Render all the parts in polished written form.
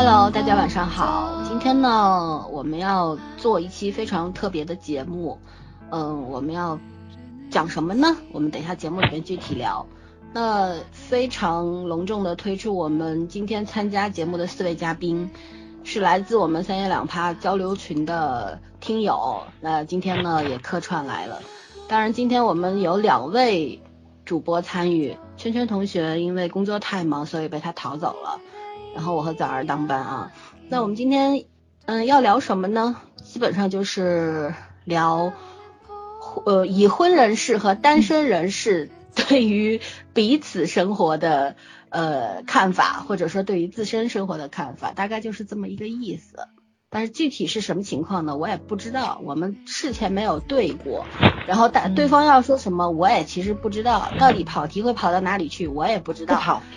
Hello， 大家晚上好。今天呢，我们要做一期非常特别的节目。我们要讲什么呢？我们等一下节目里面具体聊。那非常隆重的推出我们今天参加节目的4位嘉宾，是来自我们三言两拍交流群的听友。那今天呢也客串来了。当然，今天我们有2位主播参与。圈圈同学因为工作太忙，所以被他逃走了。然后我和枣儿当班啊。那我们今天要聊什么呢？基本上就是聊已婚人士和单身人士对于彼此生活的看法，或者说对于自身生活的看法，大概就是这么一个意思。但是具体是什么情况呢？我也不知道，我们事前没有对过，然后对方要说什么我也其实不知道，到底跑题会跑到哪里去我也不知道。 不跑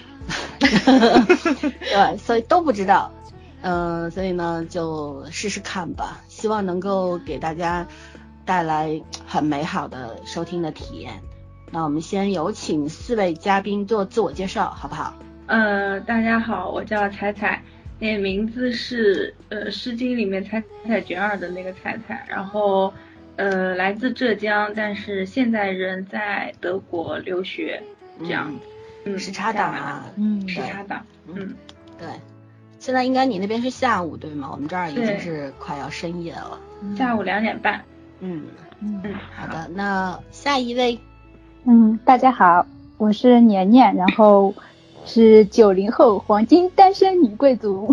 对，所以都不知道。所以呢就试试看吧，希望能够给大家带来很美好的收听的体验。那我们先有请4位嘉宾做自我介绍好不好？ 大家好，我叫彩彩，那个名字是诗经里面彩彩卷耳的那个彩彩，然后来自浙江，但是现在人在德国留学这样。 时差党啊。 时差党。 对，现在应该你那边是下午对吗？我们这儿已经是快要深夜了， 下午2点半。 好的，那下一位。 大家好，我是年年，然后是90后黄金单身女贵族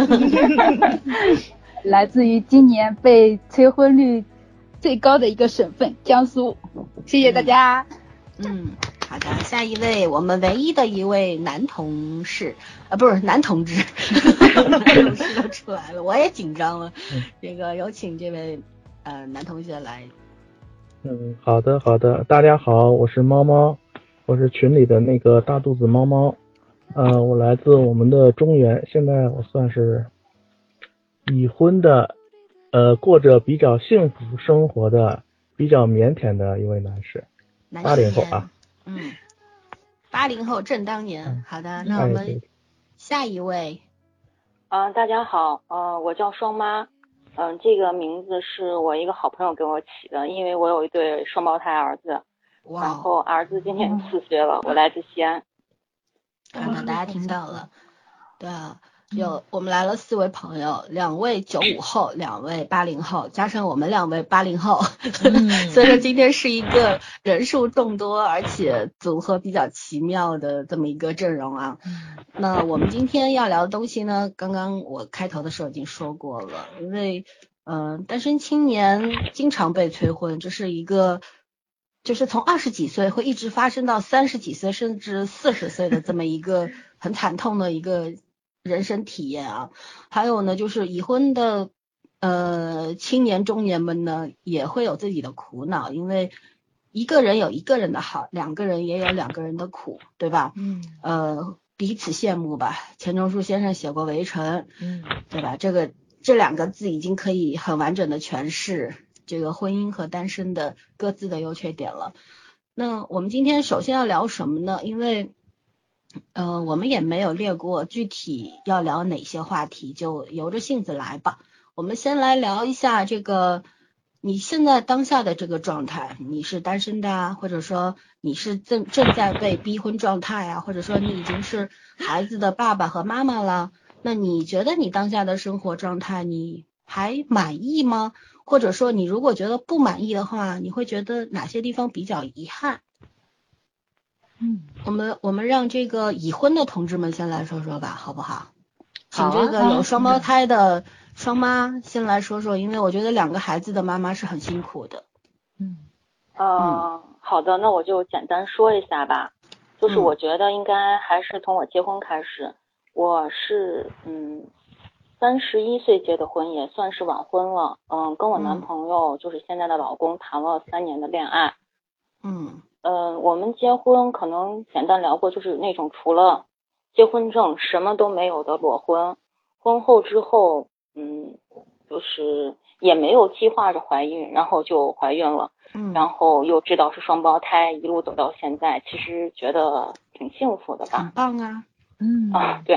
来自于今年被催婚率最高的一个省份江苏。谢谢大家。 好的，下一位，我们唯一的一位男同事不是男同志男同事都出来了，我也紧张了。这个有请这位男同学来。 好的，大家好，我是猫猫，我是群里的那个大肚子猫猫。我来自我们的中原，现在我算是已婚的，过着比较幸福生活的比较腼腆的一位男士，80后啊。 80后正当年。好的，那我们下一位。 大家好，我叫双妈。这个名字是我一个好朋友给我起的，因为我有一对双胞胎儿子，然后儿子今年4岁了。我来自西安。 好的，大家听到了。对啊，我们来了4位朋友，2位95后，2位80后，加上我们2位80后。所以说今天是一个人数众多而且组合比较奇妙的这么一个阵容啊。那我们今天要聊的东西呢，刚刚我开头的时候已经说过了，因为单身青年经常被催婚，这是一个就是从20几岁会一直发生到30几岁甚至40岁的这么一个很惨痛的一个人生体验啊。还有呢，就是已婚的青年中年们呢也会有自己的苦恼，因为一个人有一个人的好，2个人也有2个人的苦，对吧？彼此羡慕吧。钱钟书先生写过《围城》，对吧？这2个字已经可以很完整的诠释这个婚姻和单身的各自的优缺点了。那我们今天首先要聊什么呢？因为我们也没有列过具体要聊哪些话题，就由着性子来吧。我们先来聊一下这个你现在当下的这个状态，你是单身的啊，或者说你是正在被逼婚状态啊，或者说你已经是孩子的爸爸和妈妈了。那你觉得你当下的生活状态你还满意吗？或者说你如果觉得不满意的话，你会觉得哪些地方比较遗憾？我们让这个已婚的同志们先来说说吧，好不好？请这个有双胞胎的双妈先来说说，因为我觉得2个孩子的妈妈是很辛苦的。 好的，那我就简单说一下吧。就是我觉得应该还是从我结婚开始。我是31岁结的婚，也算是晚婚了。跟我男朋友就是现在的老公谈了3年的恋爱。我们结婚可能简单聊过，就是那种除了结婚证什么都没有的裸婚。婚后之后就是也没有计划着怀孕，然后就怀孕了。然后又知道是双胞胎，一路走到现在，其实觉得挺幸福的吧。 很棒啊。 对。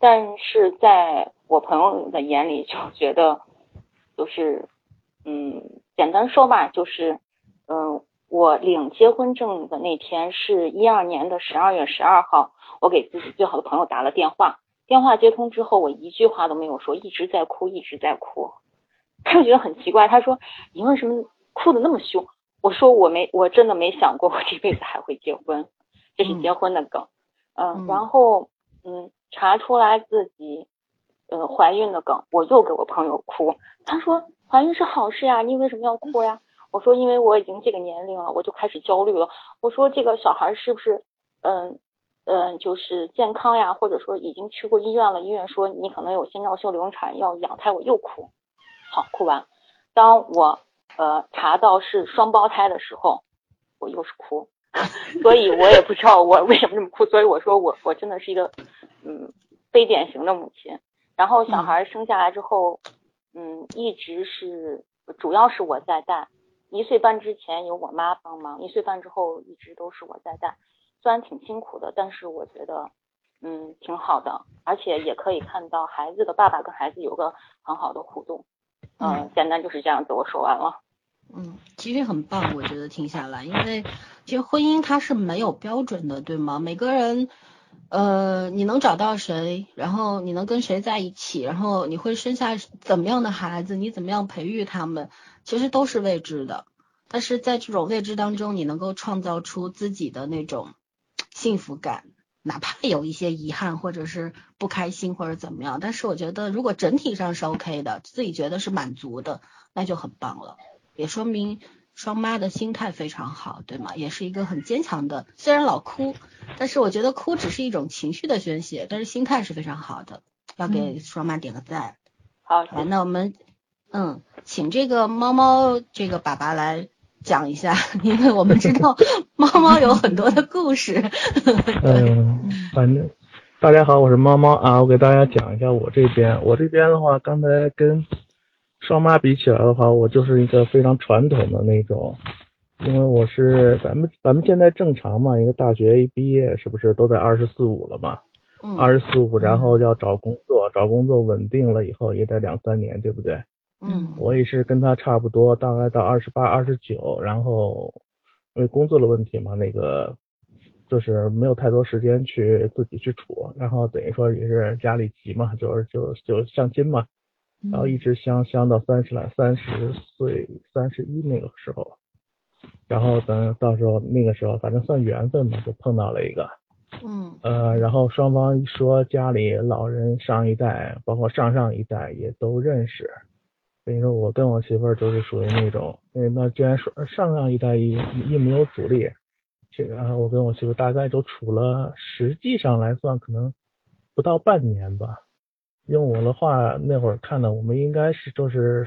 但是在我朋友的眼里就觉得就是简单说吧，就是我领结婚证的那天是12年的12月12号，我给自己最好的朋友打了电话接通之后，我一句话都没有说，一直在哭。他就觉得很奇怪，他说你为什么哭得那么凶？我说我真的没想过我这辈子还会结婚，这是结婚的梗。然后查出来自己怀孕的梗，我又给我朋友哭。他说怀孕是好事呀，你为什么要哭呀？我说因为我已经这个年龄了，我就开始焦虑了。我说这个小孩是不是就是健康呀，或者说已经去过医院了，医院说你可能有心脏秀流产要养胎，我又哭。好，哭完。当我查到是双胞胎的时候，我又是哭。所以我也不知道我为什么这么哭，所以我说我真的是一个非典型的母亲。然后小孩生下来之后一直是主要是我在带，1岁半之前有我妈帮忙，1岁半之后一直都是我在带，虽然挺辛苦的，但是我觉得挺好的，而且也可以看到孩子的爸爸跟孩子有个很好的互动。简单就是这样子，我说完了。 其实很棒，我觉得听下来，因为其实婚姻它是没有标准的，对吗？每个人你能找到谁，然后你能跟谁在一起，然后你会生下怎么样的孩子，你怎么样培育他们，其实都是未知的。但是在这种未知当中，你能够创造出自己的那种幸福感，哪怕有一些遗憾或者是不开心或者怎么样，但是我觉得如果整体上是 OK 的，自己觉得是满足的，那就很棒了，也说明双妈的心态非常好，对吗？也是一个很坚强的，虽然老哭，但是我觉得哭只是一种情绪的宣泄，但是心态是非常好的，要给双妈点个赞。 好， 那我们请这个猫猫这个爸爸来讲一下，因为我们知道猫猫有很多的故事。 反正大家好，我是猫猫啊，我给大家讲一下我这边的话，刚才跟双妈比起来的话，我就是一个非常传统的那种，因为我是咱们现在正常嘛，一个大学一毕业是不是都在24、25了嘛？24、25，然后要找工作稳定了以后也得2、3年，对不对？我也是跟他差不多，大概到28、29，然后因为工作的问题嘛，那个就是没有太多时间去自己去处，然后等于说也是家里急嘛，就相亲嘛。然后一直相到30岁31那个时候，然后等到时候那个时候反正算缘分嘛，就碰到了一个然后双方一说家里老人上一代包括上一代也都认识，所以说我跟我媳妇儿都是属于那种，那既然说上一代一没有阻力，这个我跟我媳妇大概都处了，实际上来算可能不到半年吧。用我的话那会儿看的，我们应该是就是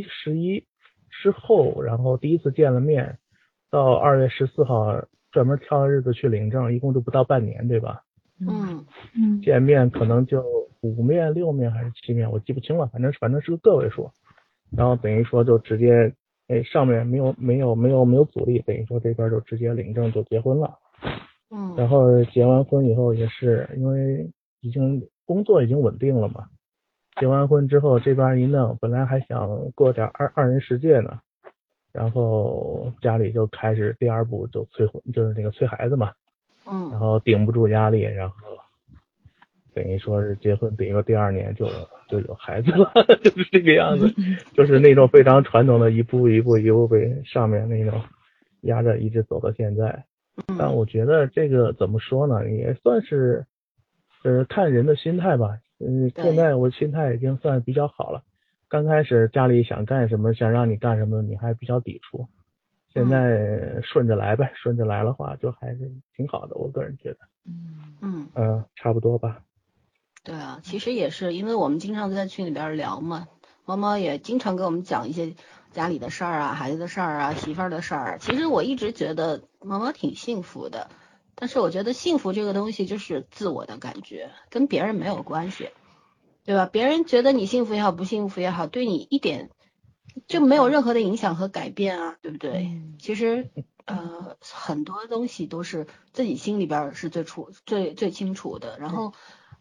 11之后，然后第一次见了面，到2月14号专门挑了日子去领证，一共就不到半年，对吧？见面可能就5面、6面还是7面，我记不清了，反正是个个位数。然后等于说就直接上面没有阻力，等于说这边就直接领证就结婚了。然后结完婚以后也是因为工作已经稳定了嘛，结完婚之后这边一弄，本来还想过点二人世界呢，然后家里就开始第2步就催婚，就是那个催孩子嘛，然后顶不住压力，然后等于说是结婚，等于说第2年就有孩子了，就是这个样子，就是那种非常传统的一步被上面那种压着一直走到现在。但我觉得这个怎么说呢，也算是看人的心态吧。现在我心态已经算比较好了，刚开始家里想干什么，想让你干什么，你还比较抵触，现在顺着来呗，顺着来的话就还是挺好的，我个人觉得。差不多吧。 对啊，其实也是因为我们经常在群里边聊嘛，猫猫也经常给我们讲一些家里的事儿啊，孩子的事儿啊，媳妇儿的事儿。其实我一直觉得猫猫挺幸福的，但是我觉得幸福这个东西就是自我的感觉，跟别人没有关系，对吧？别人觉得你幸福也好，不幸福也好，对你一点就没有任何的影响和改变啊，对不对？其实很多东西都是自己心里边是最清楚的，然后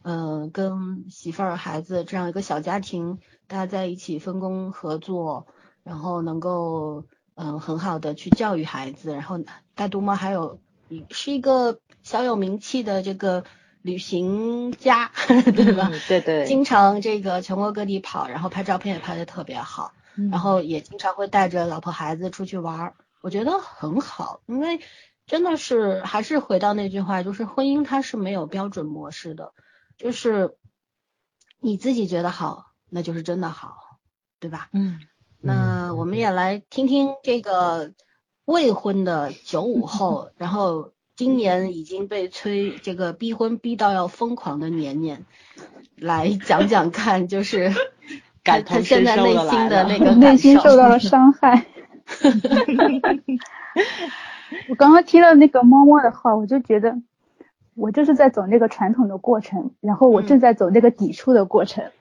跟媳妇儿孩子这样一个小家庭，大家在一起分工合作，然后能够很好的去教育孩子。然后大肚猫还是一个小有名气的这个旅行家，对吧？ 对对， 经常这个全国各地跑，然后拍照片也拍得特别好，然后也经常会带着老婆孩子出去玩，我觉得很好。因为真的是还是回到那句话，就是婚姻它是没有标准模式的，就是你自己觉得好，那就是真的好，对吧？那我们也来听听这个未婚的95后，然后今年已经被这个逼婚逼到要疯狂的年年，来讲讲看，就是他现在内心的那个感受， 内心受到了伤害。我刚刚听了那个猫猫的话，我就觉得我就是在走那个传统的过程，然后我正在走那个抵触的过程。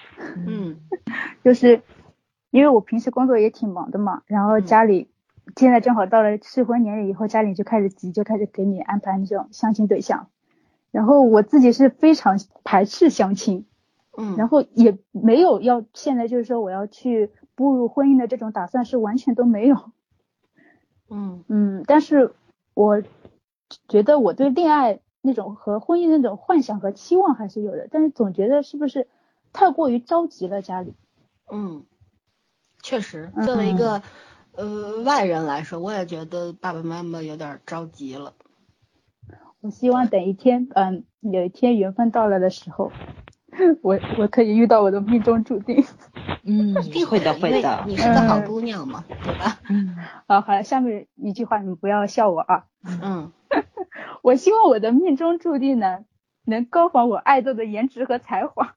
就是因为我平时工作也挺忙的嘛，然后家里现在正好到了适婚年龄以后，家里就开始急，就开始给你安排那种相亲对象。然后我自己是非常排斥相亲，然后也没有现在就是说我要去步入婚姻的这种打算，是完全都没有。但是我觉得我对恋爱那种和婚姻那种幻想和期望还是有的，但是总觉得是不是太过于着急了家里。 确实，作为一个外人来说，我也觉得爸爸妈妈有点着急了。 我希望等一天有一天缘分到了的时候，我可以遇到我的命中注定。 一定会的，你是个好姑娘嘛，对吧？ 好，下面一句话你们不要笑我啊。 嗯， 我希望我的命中注定呢，能高仿我爱豆的颜值和才华。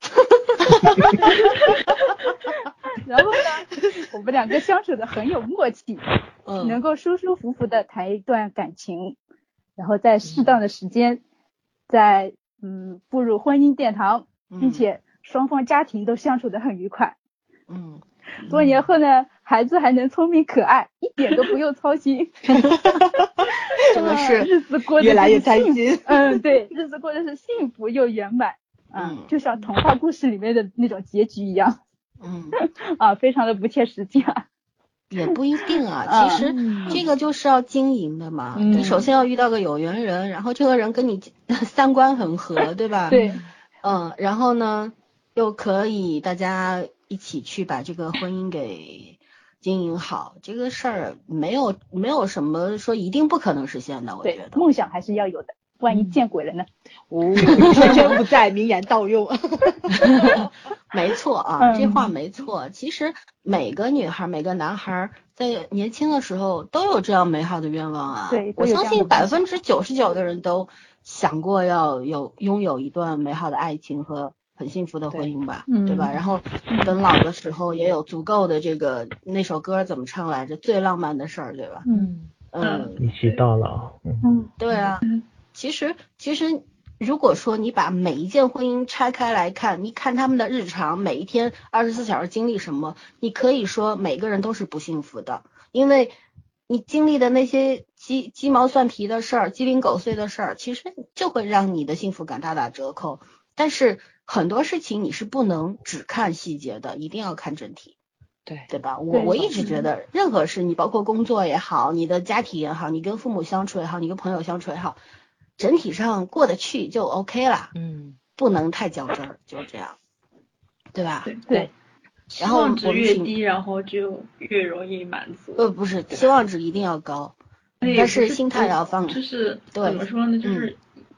然后呢，我们两个相处的很有默契，能够舒舒服服的谈一段感情，然后在适当的时间，在步入婚姻殿堂，并且双方家庭都相处得很愉快。多年后呢，孩子还能聪明可爱，一点都不用操心。 真的是日子过得越来越开心。 对，日子过得是幸福又圆满。就像童话故事里面的那种结局一样。非常的不切实际啊。 也不一定啊，其实这个就是要经营的嘛。你首先要遇到个有缘人，然后这个人跟你三观很合，对吧？ 对。 然后呢，又可以大家一起去把这个婚姻给经营好，这个事儿没有什么说一定不可能实现的，我觉得。 梦想还是要有的，万一见鬼了呢？ 全权不在，名言盗用。 没错啊，这话没错。其实每个女孩每个男孩在年轻的时候都有这样美好的愿望啊。 对， 我相信99%的人都想过要拥有一段美好的爱情和很幸福的婚姻吧，对吧？然后等老的时候也有足够的那首歌怎么唱来着？最浪漫的事儿，对吧？ 一起到老。 对啊。其实如果说你把每一件婚姻拆开来看，你看他们的日常，每一天24小时经历什么，你可以说每个人都是不幸福的，因为你经历的那些鸡毛蒜皮的事儿，鸡零狗碎的事儿，其实就会让你的幸福感大打折扣。但是很多事情你是不能只看细节的，一定要看整体。对吧？我一直觉得任何事，你包括工作也好，你的家庭也好，你跟父母相处也好，你跟朋友相处也好，整体上过得去就 OK 了。不能太较真儿，就这样，对吧？ 对。 然后期望值越低，然后就越容易满足。 不是，期望值一定要高，但是心态要放。 就是怎么说呢？就是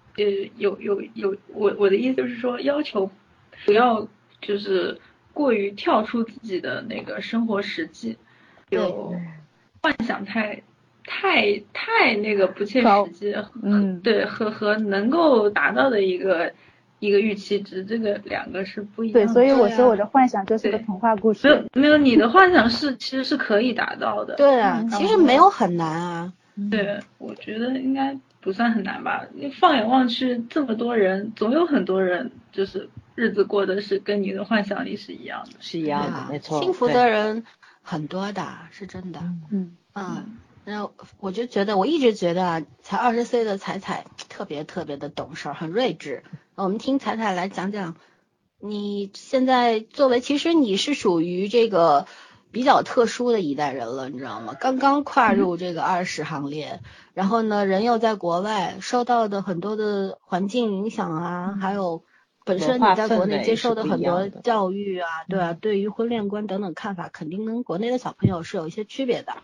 我的意思就是说，要求不要就是过于跳出自己的那个生活实际，有幻想太那个不切实际。对，和能够达到的一个预期值，这个两个是不一样的。 对，所以我说我的幻想就是个童话故事。 没有，你的幻想其实是可以达到的。 对啊，其实没有很难啊。 对，我觉得应该不算很难吧。你放眼望去，这么多人，总有很多人就是日子过得是跟你的幻想里是一样的。 是一样的，没错。 幸福的人很多的，是真的。 那我就觉得，我一直觉得啊，才20岁的彩彩特别特别的懂事，很睿智。我们听彩彩来讲讲，你现在作为，其实你是属于这个比较特殊的一代人了，你知道吗？刚刚跨入这个20行列，然后呢，人又在国外，受到的很多的环境影响啊，还有本身你在国内接受的很多教育啊，对啊，对于婚恋观等等看法，肯定跟国内的小朋友是有一些区别的。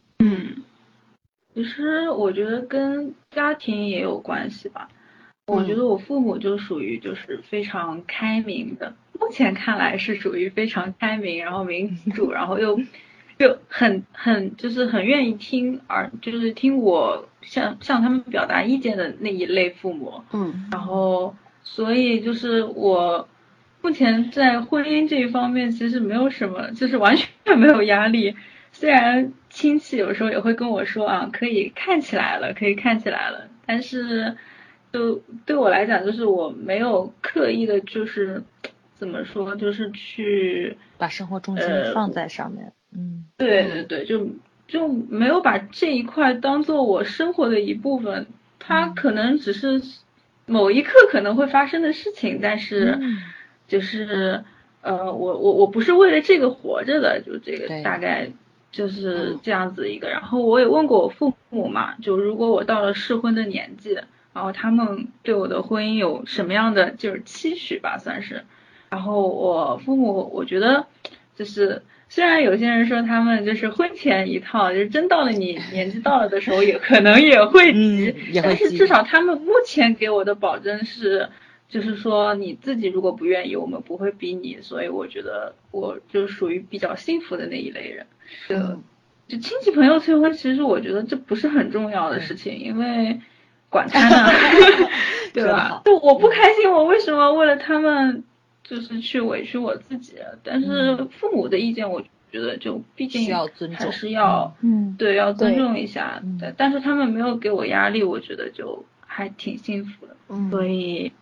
其实我觉得跟家庭也有关系吧。我觉得我父母就属于就是非常开明的，目前看来是属于非常开明，然后民主，然后又很就是很愿意听，就是听我向他们表达意见的那一类父母。然后所以就是我目前在婚姻这一方面其实没有什么，就是完全没有压力。虽然亲戚有时候也会跟我说啊，可以看起来了，但是就对我来讲，就是我没有刻意的，就是怎么说，就是去把生活重心放在上面。 对，就没有把这一块当做我生活的一部分。它可能只是某一刻可能会发生的事情，但是就是我不是为了这个活着的，就这个大概就是这样子一个。然后我也问过我父母嘛，就如果我到了适婚的年纪，然后他们对我的婚姻有什么样的就是期许吧，算是。然后我父母我觉得就是虽然有些人说他们就是婚前一套，就是真到了你年纪到了的时候也可能也会急，但是至少他们目前给我的保证是就是说你自己如果不愿意我们不会逼你，所以我觉得我就属于比较幸福的那一类人。就亲戚朋友催婚，其实我觉得这不是很重要的事情，因为管他呢对吧？就我不开心，我为什么为了他们就是去委屈我自己？但是父母的意见我觉得就毕竟还是要对要尊重一下。但是他们没有给我压力，我觉得就还挺幸福的。所以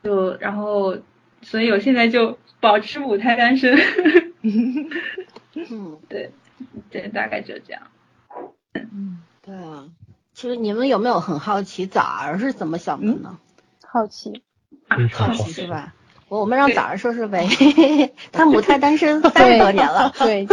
所以我现在就保持母胎单身对，大概就这样。 对啊，其实你们有没有很好奇崽儿是怎么想的呢？ 好奇是吧？我们让崽儿说说呗，他母胎单身30多年了。 对，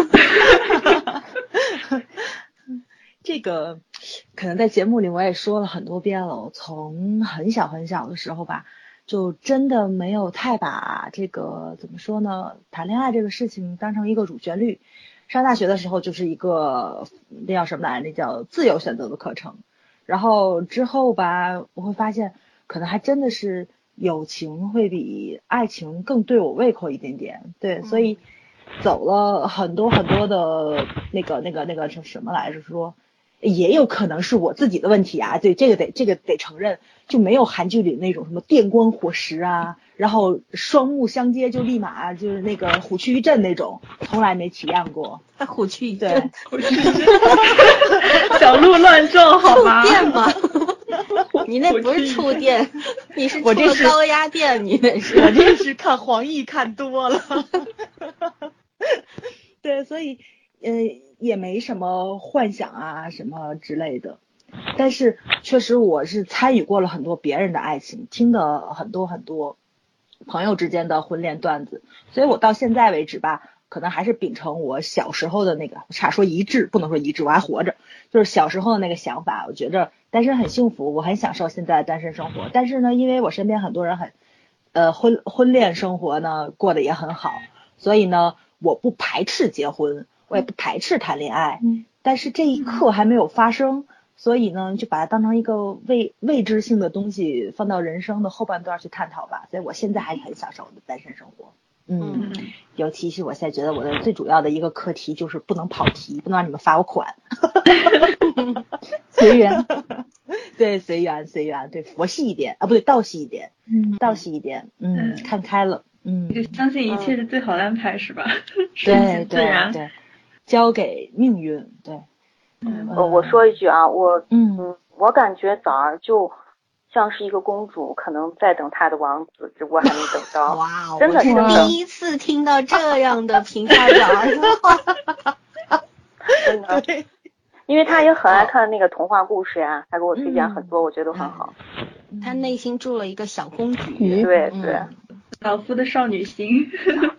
这个可能在节目里我也说了很多遍了，从很小很小的时候吧，就真的没有太把这个怎么说呢，谈恋爱这个事情当成一个主旋律。上大学的时候就是一个那叫什么来，那叫自由选择的课程。然后之后吧，我会发现可能还真的是友情会比爱情更对我胃口一点点。对，所以走了很多很多的那个什么来着，说也有可能是我自己的问题啊。对，这个得承认，就没有韩剧里那种什么电光火石啊，然后双目相接就立马就是那个虎躯一震那种，从来没体验过。 虎躯一震， 小鹿乱撞好吗？ 触电吗？你那不是触电，你是触了高压电，你那是。 我这是看黄奕看多了。对，所以也没什么幻想啊什么之类的。但是确实我是参与过了很多别人的爱情，听的很多很多朋友之间的婚恋段子，所以我到现在为止吧，可能还是秉承我小时候的那个，差说一致，不能说一致，我还活着，就是小时候的那个想法。我觉着单身很幸福，我很享受现在的单身生活。但是呢，因为我身边很多人婚恋生活呢过得也很好，所以呢，我不排斥结婚，我也不排斥谈恋爱。但是这一刻还没有发生，所以呢，就把它当成一个未知性的东西，放到人生的后半段去探讨吧。所以我现在还很享受我的单身生活。尤其是我现在觉得我的最主要的一个课题就是不能跑题，不能让你们罚我款。 随缘。 对，随缘，对，佛系一点啊，不对，道系一点。道系一点。看开了。 就相信一切是最好的安排，是吧？ 对自然。 对，交给命运。对。 我说一句啊，我感觉崽儿就像是一个公主，可能在等她的王子，只不过还没等到。 哇， 真的， 第一次听到这样的评价崽儿的话。 真的， 因为他也很爱看那个童话故事呀，他给我推荐很多，我觉得很好。 他内心住了一个小公举， 对对， 老夫的少女心。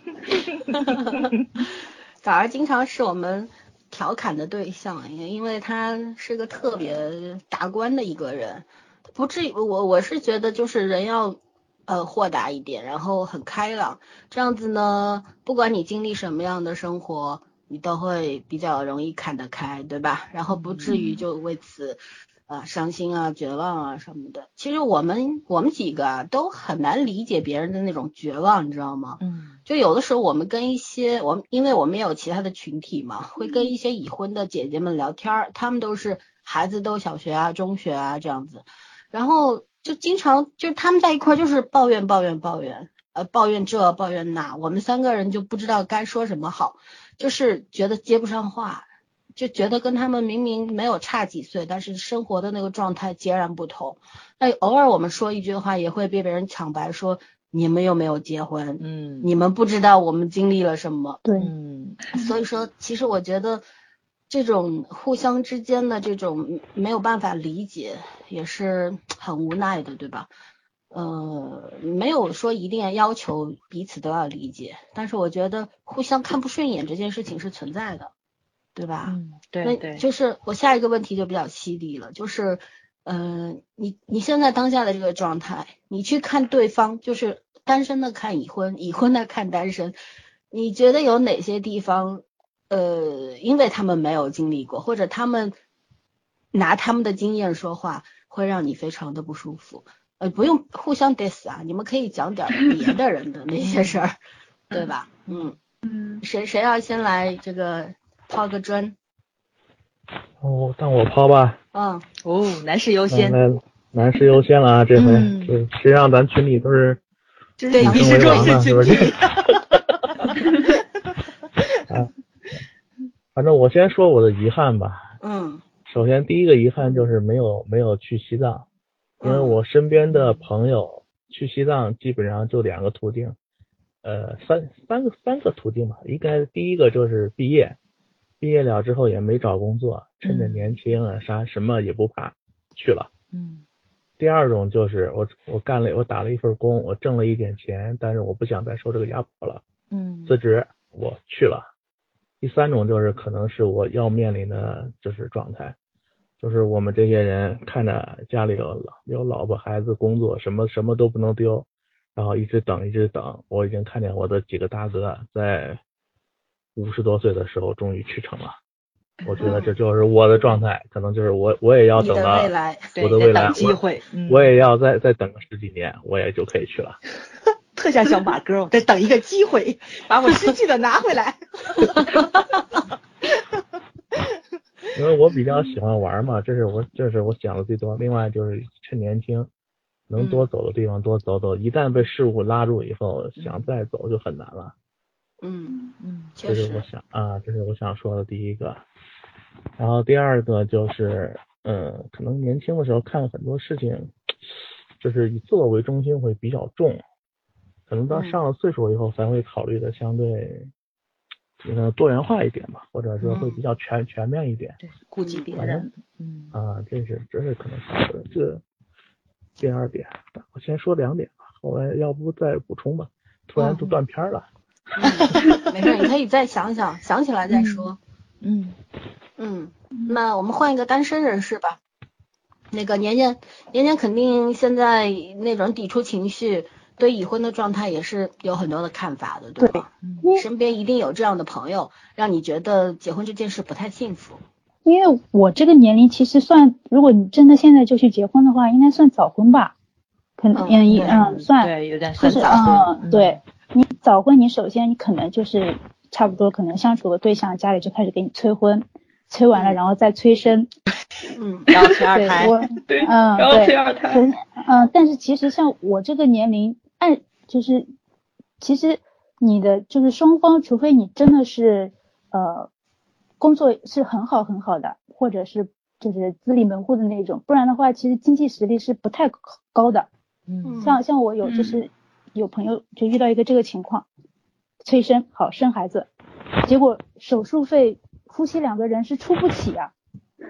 早儿经常是我们调侃的对象，因为他是个特别达观的一个人，不至于我是觉得就是人要豁达一点，然后很开朗，这样子呢，不管你经历什么样的生活，你都会比较容易看得开，对吧？然后不至于就为此伤心啊、绝望啊什么的。其实我们几个啊都很难理解别人的那种绝望，你知道吗？就有的时候我们跟一些因为我们也有其他的群体嘛，会跟一些已婚的姐姐们聊天，她们都是孩子都小学啊、中学啊这样子，然后就经常就是他们在一块就是抱怨这抱怨那，我们3个人就不知道该说什么好，就是觉得接不上话，就觉得跟他们明明没有差几岁，但是生活的那个状态截然不同。那偶尔我们说一句话也会被别人抢白，说你们又没有结婚，你们不知道我们经历了什么。 对， 所以说其实我觉得这种互相之间的这种没有办法理解也是很无奈的，对吧？没有说一定要求彼此都要理解，但是我觉得互相看不顺眼这件事情是存在的，对吧？ 对， 那就是我下一个问题就比较犀利了，就是你现在当下的这个状态，你去看对方，就是单身的看已婚，已婚的看单身，你觉得有哪些地方因为他们没有经历过，或者他们拿他们的经验说话会让你非常的不舒服？不用互相 diss 啊，你们可以讲点别的人的那些事儿，对吧？谁要先来这个抛个砖？ 当我抛吧。 男士优先。 男士优先了啊，这回实际上咱群里都是对女生为王的，是不是？反正我先说我的遗憾吧。首先第一个遗憾就是没有去西藏。因为我身边的朋友去西藏基本上就2个途径，三个途径吧。第一个就是毕业了之后也没找工作，趁着年轻什么也不怕去了。第二种就是我打了一份工，我挣了一点钱，但是我不想再受这个压迫了，辞职我去了。第三种就是可能是我要面临的就是状态。就是我们这些人看着家里有老婆孩子工作什么都不能丢，然后一直等，我已经看见我的几个大哥在50多岁的时候终于去成了。我觉得这就是我的状态，可能就是我也要等到我的未来机会， 我也要再等个10几年，我也就可以去了。 特像小马哥，我在等一个机会把我失去的拿回来。 因为我比较喜欢玩嘛，这是我想的最多。另外就是趁年轻，能多走的地方多走走，一旦被事物拉住以后，想再走就很难了。这是我想说的第一个。然后第二个就是可能年轻的时候看很多事情，就是以自我为中心会比较重，可能到上了岁数以后才会考虑的相对多元化一点吧，或者说会比较全面一点， 对，顾及别人。 这是可能是的。这第二点，我先说2点吧，后来要不再补充吧，突然就断片了。 没事，你可以再想起来再说。那我们换一个单身人士吧。那个年年肯定现在那种抵触情绪，对已婚的状态也是有很多的看法的，对吧？身边一定有这样的朋友，让你觉得结婚这件事不太幸福。 因为我这个年龄其实算，如果你真的现在就去结婚的话，应该算早婚吧？可能算， 对，有点算早婚。 对，你早婚，你首先你可能就是差不多可能相处的对象家里就开始给你催婚，催完了然后再催生。 然后催2胎。 对，然后催2胎。 但是其实像我这个年龄，就是其实你的就是双方，除非你真的是工作是很好的，或者是就是自立门户的那种，不然的话其实经济实力是不太高的。像我就是有朋友就遇到一个这个情况，催生好生孩子，结果手术费夫妻2个人是出不起啊。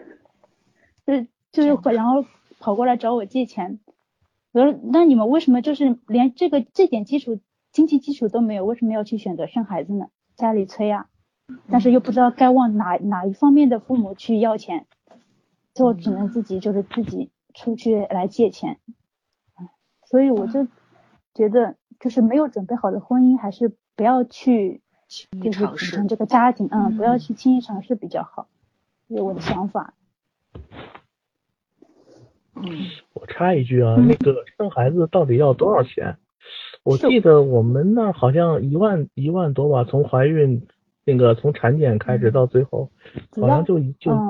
就是然后跑过来找我借钱。我说那你们为什么就是连这点经济基础都没有，为什么要去选择生孩子呢？家里催啊，但是又不知道该往哪一方面的父母去要钱，就只能自己出去来借钱。所以我就觉得就是没有准备好的婚姻还是不要去就是组成这个家庭，不要去轻易尝试比较好，这是我的想法。 我插一句啊，那个生孩子到底要多少钱？我记得我们那儿好像一万多吧，从怀孕那个从产检开始到最后，好像就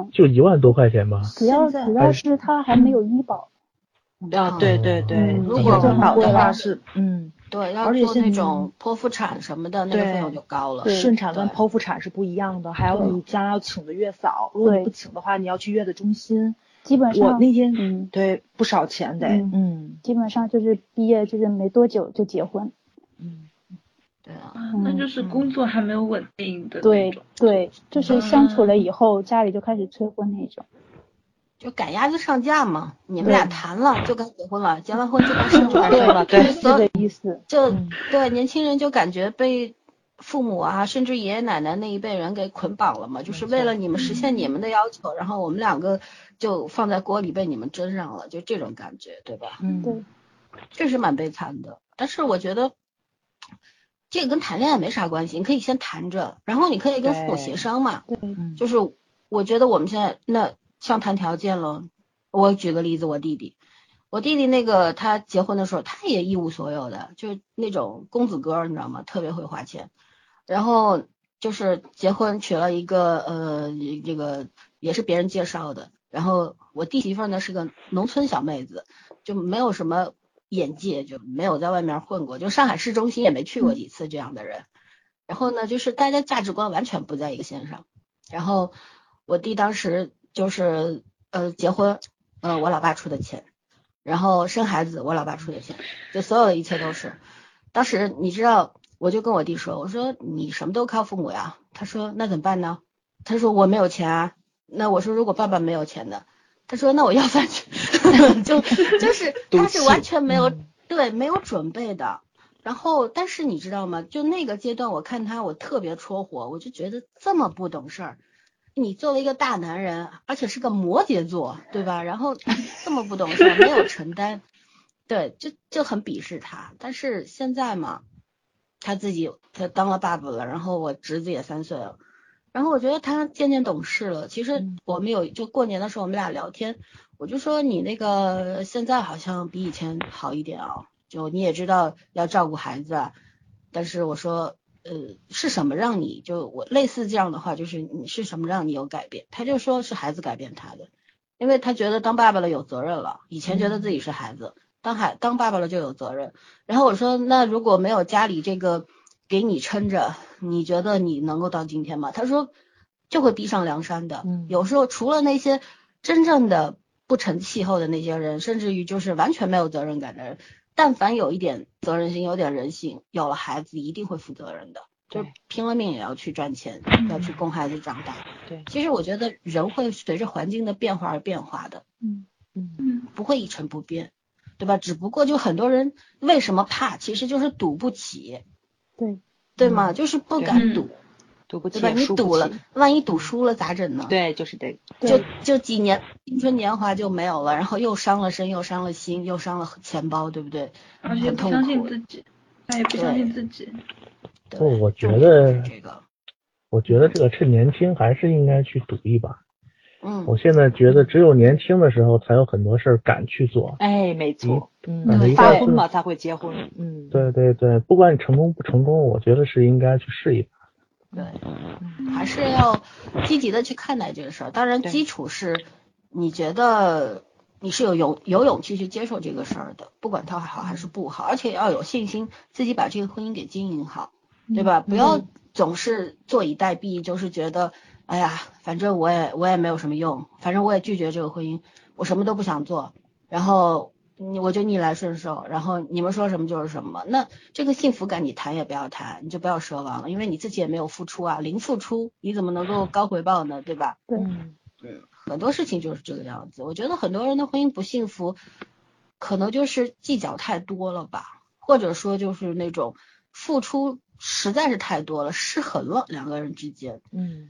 1万多块钱吧。 主要是他还没有医保。 对， 如果医保的话是对，要做那种剖腹产什么的，那个费用就高了。 顺产跟剖腹产是不一样的，还有你将来要请的月嫂，如果你不请的话，你要去月子中心。 基本上我那天对不少钱得， 基本上就是毕业就是没多久就结婚。 对啊， 那就是工作还没有稳定的那种。对，就是相处了以后，家里就开始催婚那种。 就赶鸭子上架嘛，你们俩谈了就该结婚了，结完婚就该生孩子了， 对，是这个意思。 就对年轻人就感觉被父母啊，甚至爷爷奶奶那一辈人给捆绑了嘛，就是为了你们实现你们的要求，然后我们两个就放在锅里被你们蒸上了，就这种感觉，对吧？ 对， 这是蛮悲惨的。但是我觉得这个跟谈恋爱没啥关系，你可以先谈着，然后你可以跟父母协商嘛。 对， 就是我觉得我们现在那像谈条件了。我举个例子，我弟弟那个他结婚的时候，他也一无所有的，就那种公子哥，你知道吗？特别会花钱。然后就是结婚娶了一个这个也是别人介绍的，然后我弟媳妇呢是个农村小妹子，就没有什么眼界，就没有在外面混过，就上海市中心也没去过几次这样的人。然后呢，就是大家价值观完全不在一个线上。然后我弟当时就是结婚，我老爸出的钱，然后生孩子我老爸出的钱，就所有的一切都是。当时你知道，我就跟我弟说，我说你什么都靠父母呀。他说那怎么办呢？他说我没有钱啊。那我说如果爸爸没有钱呢？他说那我要饭去。就是他是完全没有没有准备的。然后但是你知道吗？就那个阶段我看他我特别戳火，我就觉得这么不懂事儿。你作为一个大男人，而且是个摩羯座，对吧？然后这么不懂事，没有承担，对，就很鄙视他。但是现在嘛，他当了爸爸了，然后我侄子也3岁了，然后我觉得他渐渐懂事了。其实我们就过年的时候我们俩聊天，我就说你那个现在好像比以前好一点啊，就你也知道要照顾孩子啊，但是我说是什么让你就我类似这样的话，就是你是什么让你有改变？他就说是孩子改变他的，因为他觉得当爸爸了有责任了，以前觉得自己是孩子，当爸爸了就有责任。然后我说那如果没有家里这个给你撑着，你觉得你能够到今天吗？他说就会逼上梁山的。有时候除了那些真正的不成气候的那些人，甚至于就是完全没有责任感的人，但凡有一点责任心，有点人性，有了孩子一定会负责任的，就拼了命也要去赚钱，要去供孩子长大。 对， 其实我觉得人会随着环境的变化而变化的，不会一成不变，对吧？只不过就很多人为什么怕，其实就是赌不起，对吗？就是不敢赌。 赌不起， 对吧？你赌了，万一赌输了咋整呢？ 对，就是这个。就几年青春年华就没有了，然后又伤了身，又伤了心，又伤了钱包，对不对？ 而且不相信自己，他也不相信自己。 对， 我觉得这个趁年轻还是应该去赌一把。我现在觉得只有年轻的时候才有很多事儿敢去做。 哎，没错。发婚嘛才会结婚。 对，不管你成功不成功，我觉得是应该去试一把。 对，还是要积极的去看待这个事儿。当然，基础是你觉得你是有勇气去接受这个事儿的，不管它好还是不好，而且要有信心自己把这个婚姻给经营好，对吧？不要总是坐以待毙，就是觉得哎呀，反正我也没有什么用，反正我也拒绝这个婚姻，我什么都不想做，然后我就逆来顺受，然后你们说什么就是什么，那这个幸福感你谈也不要谈，你就不要奢望了，因为你自己也没有付出啊，零付出你怎么能够高回报呢，对吧？ 很多事情就是这个样子。我觉得很多人的婚姻不幸福，可能就是计较太多了吧，或者说就是那种付出实在是太多了，失衡了两个人之间。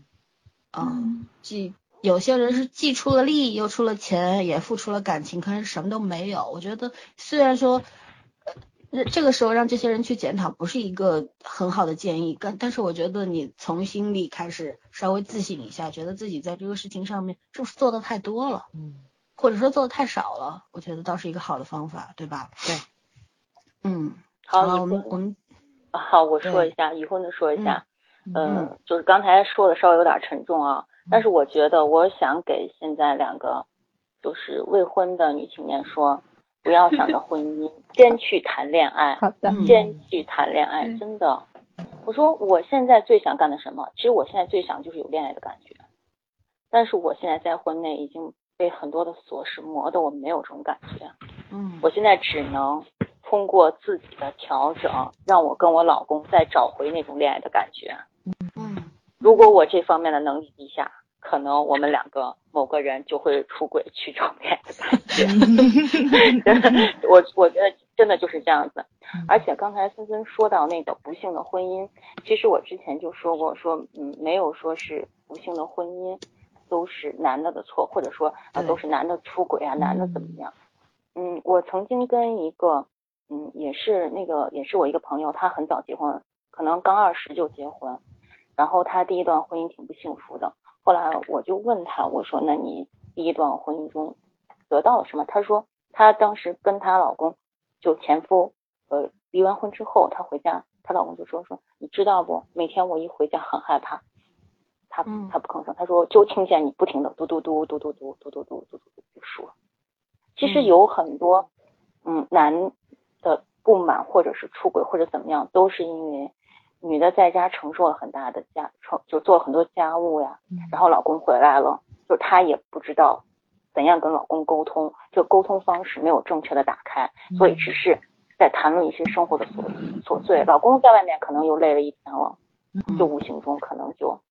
有些人是既出了力又出了钱，也付出了感情，可是什么都没有。我觉得虽然说这个时候让这些人去检讨不是一个很好的建议，但是我觉得你从心里开始稍微自省一下，觉得自己在这个事情上面是不是做的太多了，或者说做的太少了，我觉得倒是一个好的方法，对吧？ 对。 好， 我们好，我说一下，已婚的说一下。就是刚才说的稍微有点沉重啊，但是我觉得我想给现在2个就是未婚的女青年说，不要想着婚姻，先去谈恋爱。 好的。 先去谈恋爱，真的。我说我现在最想干的什么？其实我现在最想就是有恋爱的感觉，但是我现在在婚内已经被很多的琐事磨得我没有这种感觉。我现在只能通过自己的调整，让我跟我老公再找回那种恋爱的感觉。如果我这方面的能力低下，可能我们2个某个人就会出轨去找恋爱的感觉。我觉得真的就是这样子。而且刚才森森说到那个不幸的婚姻，其实我之前就说过，没有说是不幸的婚姻都是男的的错，或者说都是男的出轨啊，男的怎么样。我曾经跟一个也是我一个朋友，他很早结婚，可能刚20就结婚，然后他第一段婚姻挺不幸福的。后来我就问他，我说那你第一段婚姻中得到了什么？他说他当时跟他老公就前夫离完婚之后，他回家，他老公就说你知道不，每天我一回家很害怕。他不吭声，他说就听见你不停的嘟嘟嘟嘟嘟嘟嘟嘟嘟嘟就说。其实有很多男的不满或者是出轨或者怎么样，都是因为女的在家承受了很大的就做了很多家务呀，然后老公回来了，就她也不知道怎样跟老公沟通，这个沟通方式没有正确的打开，所以只是在谈论一些生活的琐碎。老公在外面可能又累了一天了，就无形中可能就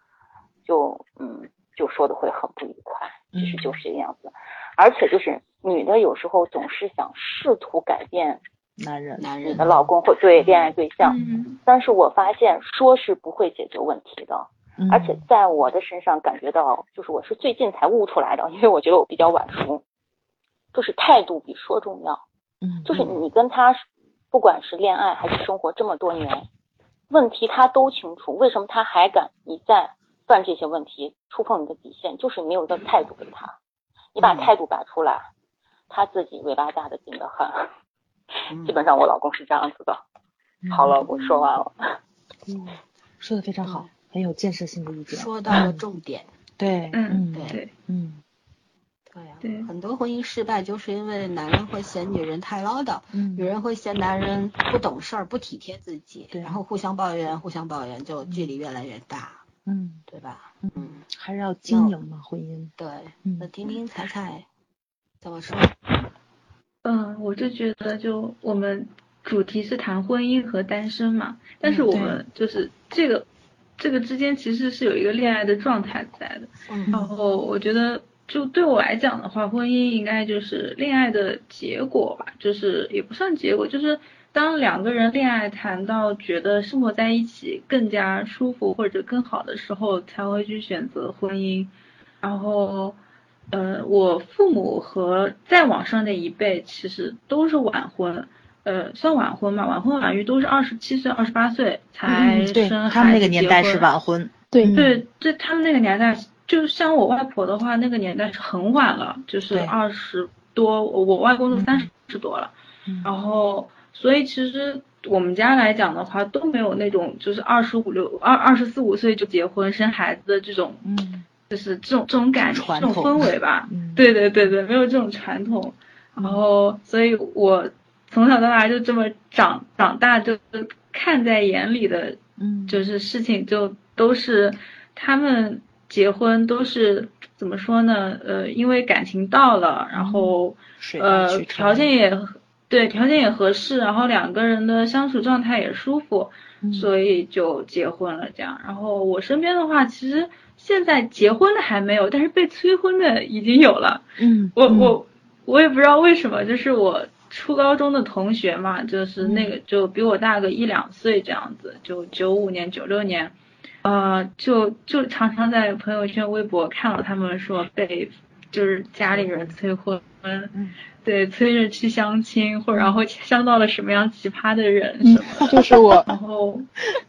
说的会很不愉快，其实就是这个样子。而且就是女的有时候总是想试图改变男人的老公或对恋爱对象，但是我发现说是不会解决问题的。而且在我的身上感觉到，就是我是最近才悟出来的，因为我觉得我比较晚熟，就是态度比说重要。就是你跟他不管是恋爱还是生活这么多年，问题他都清楚，为什么他还敢一再犯这些问题，触碰你的底线，就是没有一个态度给他。你把态度摆出来，他自己尾巴夹得紧得很。基本上我老公是这样子的。好了，我说完了。 说得非常好，很有建设性的意见， 说到了重点。 对， 对呀，很多婚姻失败就是因为男人会嫌女人太唠叨，女人会嫌男人不懂事儿、不体贴自己，然后互相抱怨，就距离越来越大。对吧？ 还是要经营嘛，婚姻。 对，那听听彩彩怎么说？ 我就觉得，就我们主题是谈婚姻和单身嘛，但是我们就是这个之间其实是有一个恋爱的状态在的。然后我觉得，就对我来讲的话，婚姻应该就是恋爱的结果吧，就是也不算结果，就是当2个人恋爱谈到觉得生活在一起更加舒服或者更好的时候，才会去选择婚姻。然后我父母和再往上的一辈其实都是晚婚，算晚婚吧，晚婚晚育都是27岁、28岁才生孩子。 他们那个年代是晚婚。 对，他们那个年代，就像我外婆的话，那个年代是很晚了，就是20多，我外公都30多了。然后所以其实我们家来讲的话，都没有那种就是24、25岁就结婚生孩子的这种，就是这种感觉，这种氛围吧。对，没有这种传统。然后所以我从小到大就这么长大，就看在眼里的，就是事情就都是他们结婚都是怎么说呢？因为感情到了，然后条件也对，条件也合适，然后两个人的相处状态也舒服，所以就结婚了这样。然后我身边的话，其实现在结婚的还没有，但是被催婚的已经有了。我也不知道为什么，就是我初高中的同学嘛，就是那个就比我大个1-2岁这样子，就95年、96年，就常常在朋友圈、微博看到他们说被就是家里人催婚。对，催着去相亲，或者然后相到了什么样奇葩的人什么的， 就是我。 然后，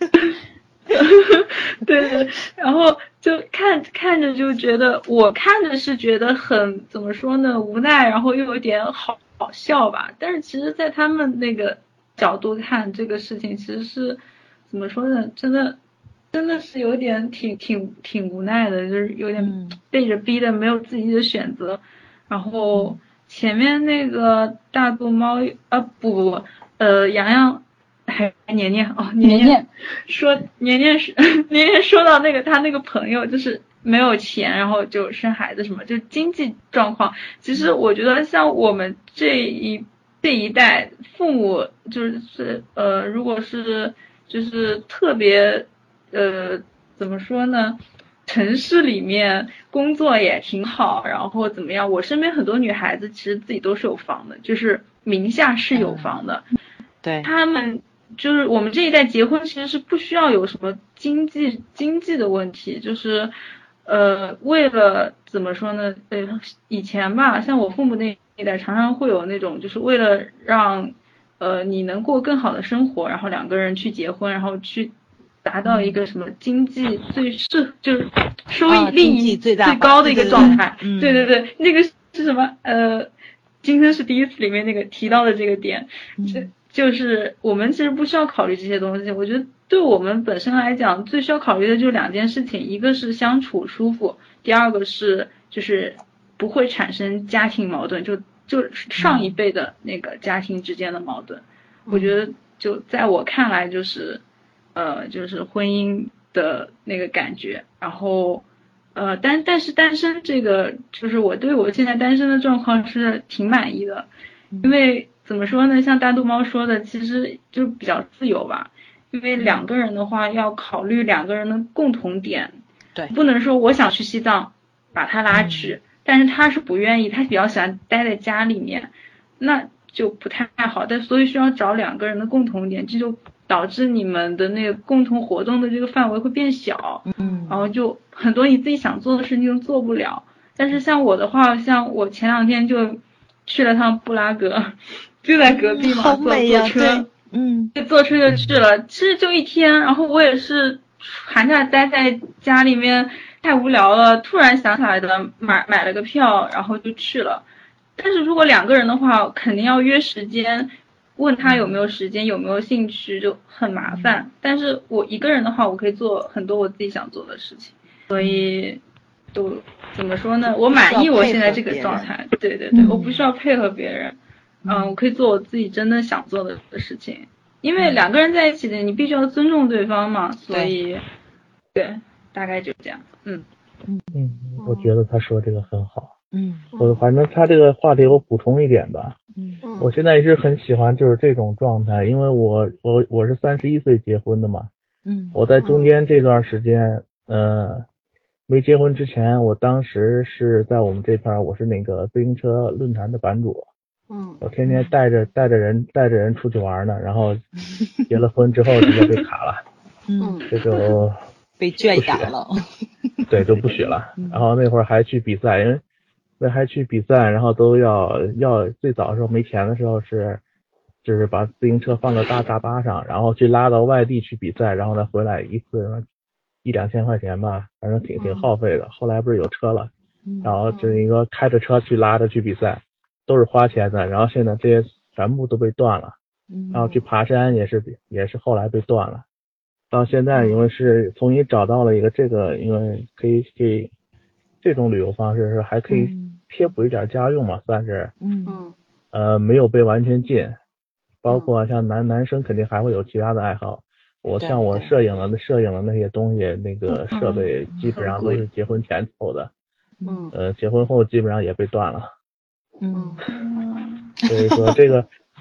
对，然后就看着就觉得，我看着是觉得很怎么说呢，无奈，然后又有点好笑吧。但是其实，在他们那个角度看这个事情，其实是怎么说呢？真的是有点挺无奈的，就是有点被着逼的，没有自己的选择，然后。前面那个大肚猫洋洋还年年说年年说到那个他那个朋友就是没有钱，然后就生孩子什么，就经济状况。其实我觉得像我们这一代父母，就是如果是就是特别怎么说呢？城市里面工作也挺好，然后怎么样？我身边很多女孩子其实自己都是有房的，就是名下是有房的。 对， 他们就是我们这一代结婚其实是不需要有什么经济的问题，就是为了怎么说呢？以前吧，像我父母那一代常常会有那种，就是为了让你能过更好的生活，然后两个人去结婚，然后去。达到一个什么经济就是收益利益最高的一个状态，对，那个是什么今生是第一次里面那个提到的这个点，就是我们其实不需要考虑这些东西。我觉得对我们本身来讲，最需要考虑的就是2件事情，一个是相处舒服，第二个是就是不会产生家庭矛盾，就上一辈的那个家庭之间的矛盾。我觉得就在我看来就是婚姻的那个感觉，然后但是单身这个就是我对我现在单身的状况是挺满意的，因为怎么说呢，像大肚猫说的，其实就比较自由吧，因为2个人的话要考虑2个人的共同点， 对， 不能说我想去西藏把他拉去，但是他是不愿意，他比较喜欢待在家里面，那就不太好，但所以需要找2个人的共同点，这就导致你们的那个共同活动的这个范围会变小，然后就很多你自己想做的事情就做不了。但是像我的话，像我前2天就去了趟布拉格，就在隔壁嘛，坐车，就坐车就去了，其实就1天，然后我也是寒假待在家里面太无聊了，突然想起来的，买了个票，然后就去了。但是如果2个人的话，肯定要约时间。问他有没有时间，有没有兴趣，就很麻烦。但是我一个人的话，我可以做很多我自己想做的事情，所以都怎么说呢？我满意我现在这个状态。对，我不需要配合别人，我可以做我自己真的想做的事情。因为2个人在一起的，你必须要尊重对方嘛，所以对，大概就这样。 我觉得他说这个很好。我反正他这个话题我补充一点吧。我现在一直很喜欢就是这种状态，因为我是31岁结婚的嘛。我在中间这段时间，没结婚之前，我当时是在我们这片，我是那个自行车论坛的版主。我天天带着人出去玩呢，然后结了婚之后直接被卡了。这就被圈养了。 对，就不许了。然后那会儿还去比赛，因为还去比赛，然后都要最早的时候没钱的时候就是把自行车放到大巴上，然后去拉到外地去比赛，然后再回来一次1-2千块钱吧，反正挺耗费的。后来不是有车了，然后就是一个开着车去拉着去比赛，都是花钱的。然后现在这些全部都被断了，然后去爬山也是后来被断了。到现在因为是重新找到了一个这个，因为可以这种旅游方式是还可以贴补一点家用嘛，算是没有被完全禁。包括像男生肯定还会有其他的爱好。我摄影的那些东西，那个设备基本上都是结婚前凑的。结婚后基本上也被断了。所以说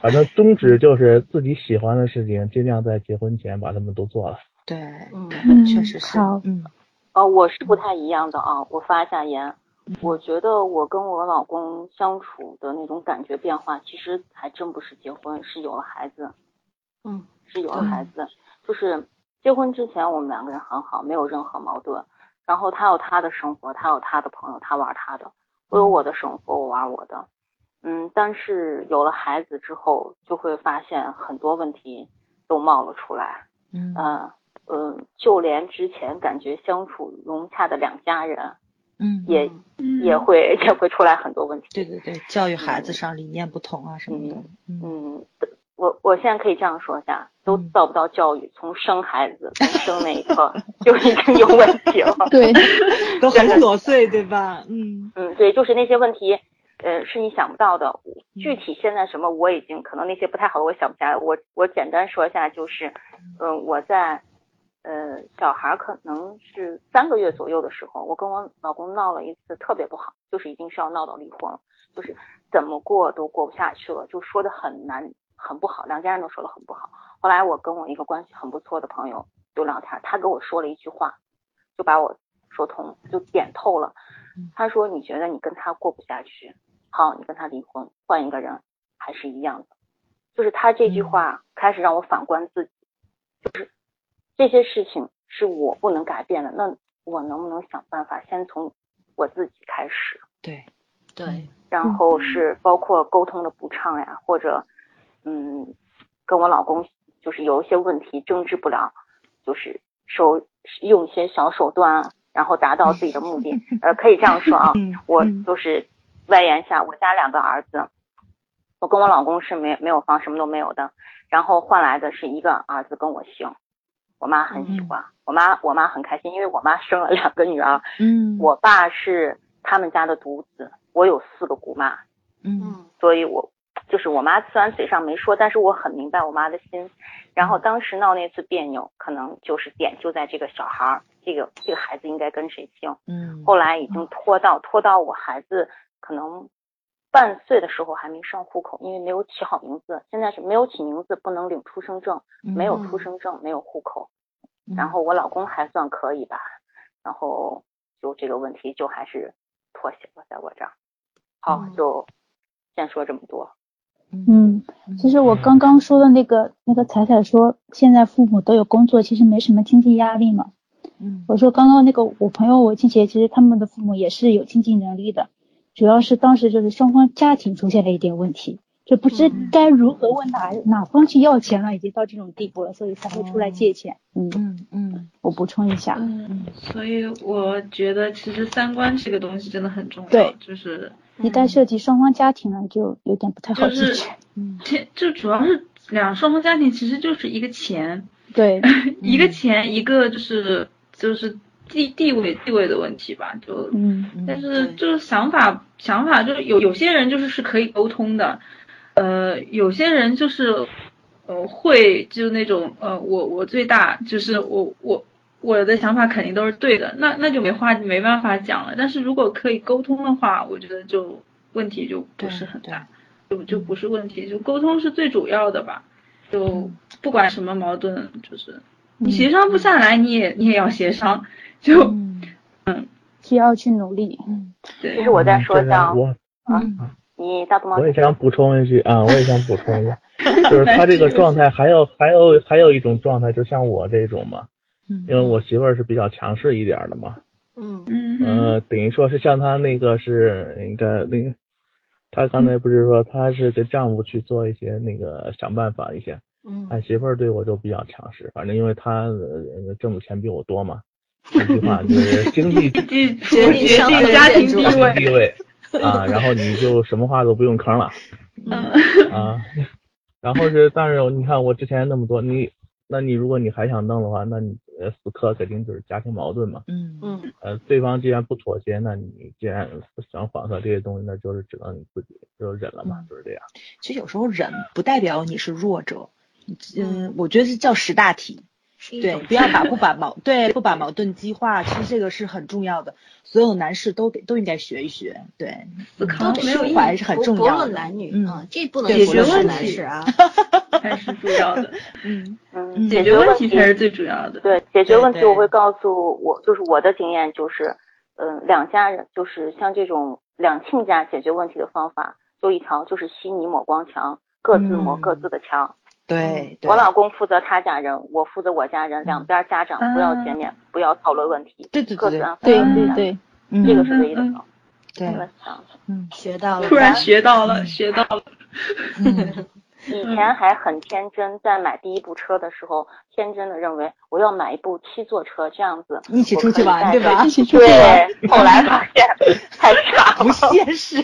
反正宗旨就是自己喜欢的事情，尽量在结婚前把他们都做了。 对，确实是。 好， 我是不太一样的啊，我发一下言。我觉得我跟我老公相处的那种感觉变化，其实还真不是结婚，是有了孩子。是有了孩子。就是结婚之前我们两个人很好，没有任何矛盾。然后他有他的生活，他有他的朋友，他玩他的，我有我的生活，我玩我的。但是有了孩子之后，就会发现很多问题都冒了出来。就连之前感觉相处融洽的两家人，也会出来很多问题。 对，教育孩子上理念不同啊什么的。 我现在可以这样说一下，都到不到教育，从生孩子从生那一刻就已经有问题了。 对， 都很琐碎，对吧？ 对，就是那些问题，是你想不到的。具体现在什么我已经可能那些不太好的我想不起来。我简单说一下，就是我在小孩可能是3个月左右的时候，我跟我老公闹了一次特别不好，就是已经是要闹到离婚了，就是怎么过都过不下去了，就说的很难很不好，两家人都说的很不好。后来我跟我一个关系很不错的朋友就聊天，他给我说了一句话，就把我说通，就点透了。他说你觉得你跟他过不下去，好，你跟他离婚，换一个人还是一样的。就是他这句话开始让我反观自己，就是这些事情是我不能改变的，那我能不能想办法先从我自己开始。 对， 然后是包括沟通的不畅呀，或者跟我老公就是有一些问题争执不了，就是用一些小手段，然后达到自己的目的。可以这样说啊，我就是外延下，我家2个儿子，我跟我老公是没有房，什么都没有的，然后换来的是一个儿子跟我姓，我妈很喜欢，我妈很开心，因为我妈生了2个女儿。我爸是他们家的独子，我有4个姑妈。所以我妈虽然嘴上没说，但是我很明白我妈的心。然后当时闹那次别扭，可能就是点就在这个小孩，这个孩子应该跟谁姓。后来已经拖到我孩子可能半岁的时候还没上户口，因为没有起好名字。现在是没有起名字不能领出生证，没有出生证没有户口。然后我老公还算可以吧，然后就这个问题就还是妥协了在我这儿。好，就先说这么多。 其实我刚刚说的那个彩彩说现在父母都有工作，其实没什么经济压力嘛。我说刚刚那个我朋友我亲戚，其实他们的父母也是有经济能力的，主要是当时就是双方家庭出现了一点问题，就不知该如何问哪方去要钱了，已经到这种地步了，所以才会出来借钱。我补充一下。 所以我觉得其实三观这个东西真的很重要。 对， 就是一旦涉及双方家庭了，就有点不太好解决。 就主要是双方家庭其实就是一个钱。 对， 一个钱，一个就是地位的问题吧，但是就是想法就是有些人就是可以沟通的，有些人就是会就那种我最大，就是我的想法肯定都是对的，那就没办法讲了。但是如果可以沟通的话，我觉得就问题就不是很大，就不是问题，就沟通是最主要的吧。就不管什么矛盾，就是你协商不下来，你也要协商，就需要去努力。 对。其实我在说像你大东， 我也想补充一句啊，就是他这个状态还有一种状态，就像我这种嘛，因为我媳妇儿是比较强势一点的嘛，等于说是像他那个是应该那个。他刚才不是说他是给丈夫去做一些那个想办法一些，他媳妇儿对我就比较强势，反正因为他挣的钱比我多嘛，一句话就是经济决定家庭地位啊，然后你就什么话都不用吭了，然后但是你看我之前那么多，那你如果你还想弄的话，那你死磕肯定就是家庭矛盾嘛。对方既然不妥协，那你既然想缓和这些东西，那就是只能你自己就忍了嘛，就是这样。 其实有时候忍不代表你是弱者，我觉得是叫识大体。 对，不要不把矛盾激化，其实这个是很重要的，所有男士都应该学一学，对，释怀是很重要的， 不论男女，这不能解决问题是啊， 才是主要的，解决问题才是最主要的。 对，解决问题我会告诉我，就是我的经验就是，两家人就是像这种两亲家解决问题的方法，就一条就是稀泥抹光墙，各自抹各自的墙。 对， 我老公负责他家人，我负责我家人，两边家长不要见面，不要讨论问题，各自按对， 这个是唯一的方法。 对， 学到了， 突然学到了。 以前还很天真，在买第一部车的时候，天真的认为我要买一部7座车，这样子一起出去玩，对吧？ 一起出去玩。 对，后来发现太傻了， 不现实。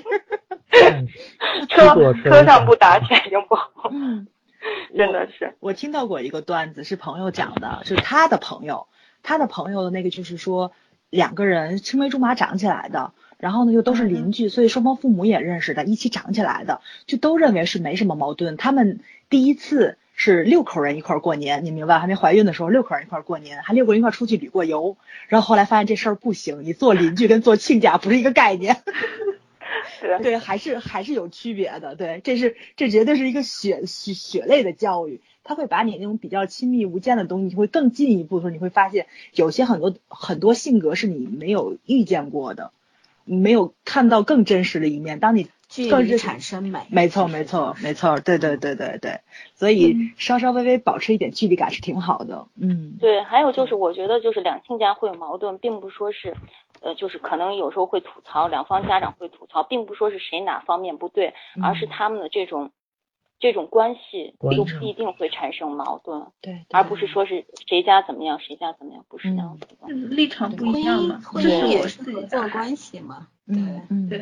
车上不打起来就不好。真的是， 我听到过一个段子，是朋友讲的，是他的朋友的那个，就是说两个人青梅竹马长起来的，然后呢又都是邻居，所以双方父母也认识的，一起长起来的，就都认为是没什么矛盾。他们第一次是6口人一块过年，你明白？还没怀孕的时候6口人一块过年，还6个人一块出去旅过游，然后后来发现这事儿不行，你做邻居跟做亲家不是一个概念。对，还是有区别的。对，这绝对是一个血泪的教育，他会把你那种比较亲密无间的东西会更进一步的时候，你会发现有些很多性格是你没有遇见过的，没有看到更真实的一面。当你距离产生美， 没错，对，所以稍稍微保持一点距离感是挺好的。 对，还有就是我觉得就是两亲家会有矛盾，并不说是就是可能有时候会吐槽，两方家长会吐槽，并不说是谁哪方面不对，而是他们的这种关系就不一定会产生矛盾， 对， 而不是说是谁家怎么样，不是这样子的， 立场不一样嘛， 婚姻也是合作关系嘛， 对，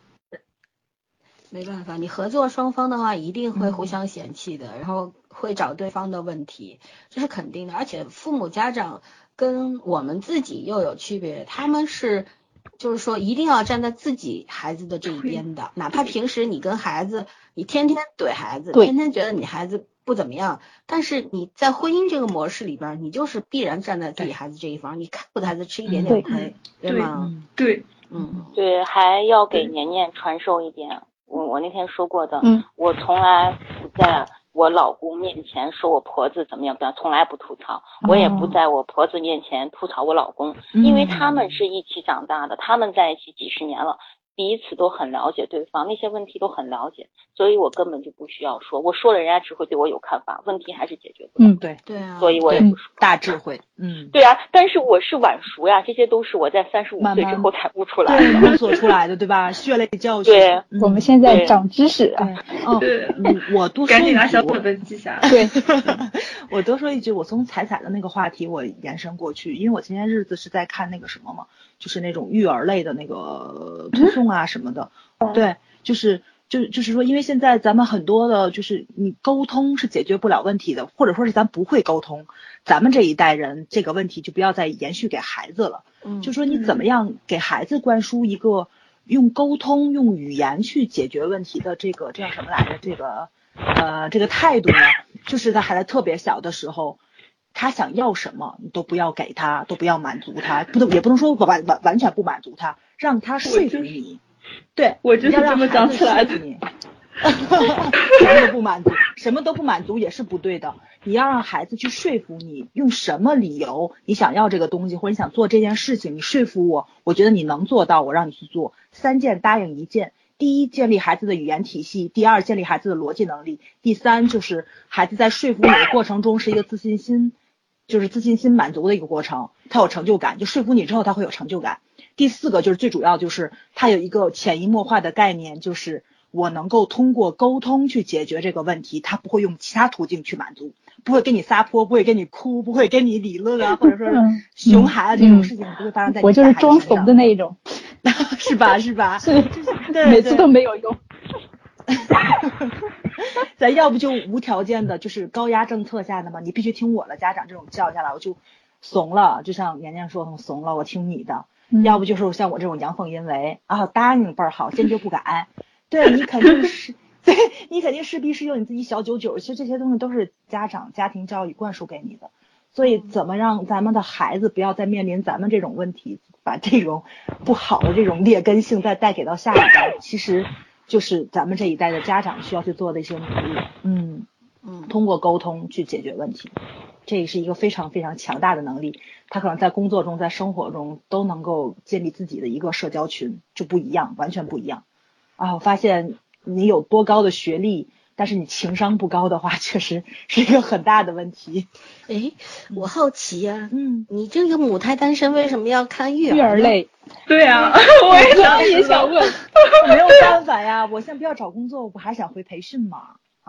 没办法，你合作双方的话一定会互相嫌弃的，然后会找对方的问题，这是肯定的。而且父母家长跟我们自己又有区别，他们是就是说一定要站在自己孩子的这一边的，哪怕平时你跟孩子你天天怼孩子，天天觉得你孩子不怎么样，但是你在婚姻这个模式里边，你就是必然站在自己孩子这一方，你看不得孩子吃一点点亏，对吗？ 对， 对，还要给年年传授一点我那天说过的，我从来不在我老公面前说我婆子怎么样，从来不吐槽，我也不在我婆子面前吐槽我老公，因为他们是一起长大的，他们在一起几十年了，彼此都很了解对方，那些问题都很了解，所以我根本就不需要说，我说了人家只会对我有看法，问题还是解决不了。 对啊， 所以我也不说大智慧。 对啊，但是我是晚熟呀，这些都是我在35岁之后才悟出来的， 摸索出来的，对吧？血泪教训。 对， 我们现在长知识啊。 我多说一句，赶紧拿小本本记下来。 对，我多说一句，我从彩彩的那个话题我延伸过去，因为我前些日子是在看那个什么嘛，就是那种育儿类的那个推送啊什么的。对，就是说，因为现在咱们很多的，就是你沟通是解决不了问题的，或者说是咱不会沟通，咱们这一代人这个问题就不要再延续给孩子了。就说你怎么样给孩子灌输一个用沟通、用语言去解决问题的这个叫什么来着？这个态度呢，就是在孩子特别小的时候，他想要什么你都不要给他，都不要满足他，也不能说完全不满足他，让他说服你。对， 我就是这么长起来的。 什么都不满足也是不对的。你要让孩子去说服你，用什么理由你想要这个东西，或者你想做这件事情，你说服我觉得你能做到，我让你去做。3件答应1件。第一，建立孩子的语言体系；第二，建立孩子的逻辑能力；第三，就是孩子在说服你的过程中是一个自信心满足的一个过程，他有成就感，就说服你之后他会有成就感。第4个就是最主要，就是他有一个潜移默化的概念，就是我能够通过沟通去解决这个问题，他不会用其他途径去满足，不会跟你撒泼，不会跟你哭，不会跟你理论啊，或者说熊孩子这种事情不会发生在你。 我就是装怂的那一种。 是吧？是， 对，每次都没有用。 咱要不就无条件的，就是高压政策下的嘛，你必须听我的，家长这种教下来，我就怂了，就像年年说的，怂了，我听你的。要不就是像我这种阳奉阴违啊，答应倍儿好，坚决不改。对，你肯定是，对你肯定是必是用你自己小九九，其实这些东西都是家庭教育灌输给你的。 所以怎么让咱们的孩子不要再面临咱们这种问题，把这种不好的这种劣根性再带给到下一代，其实就是咱们这一代的家长需要去做的一些努力。通过沟通去解决问题，这是一个非常非常强大的能力，他可能在工作中在生活中都能够建立自己的一个社交群，就不一样，完全不一样啊！我发现你有多高的学历，但是你情商不高的话，确实是一个很大的问题。 我好奇呀，你这个母胎单身为什么要看育儿类？ 对啊，我也想问， 没有办法呀，我现在不要找工作，我还想回培训嘛。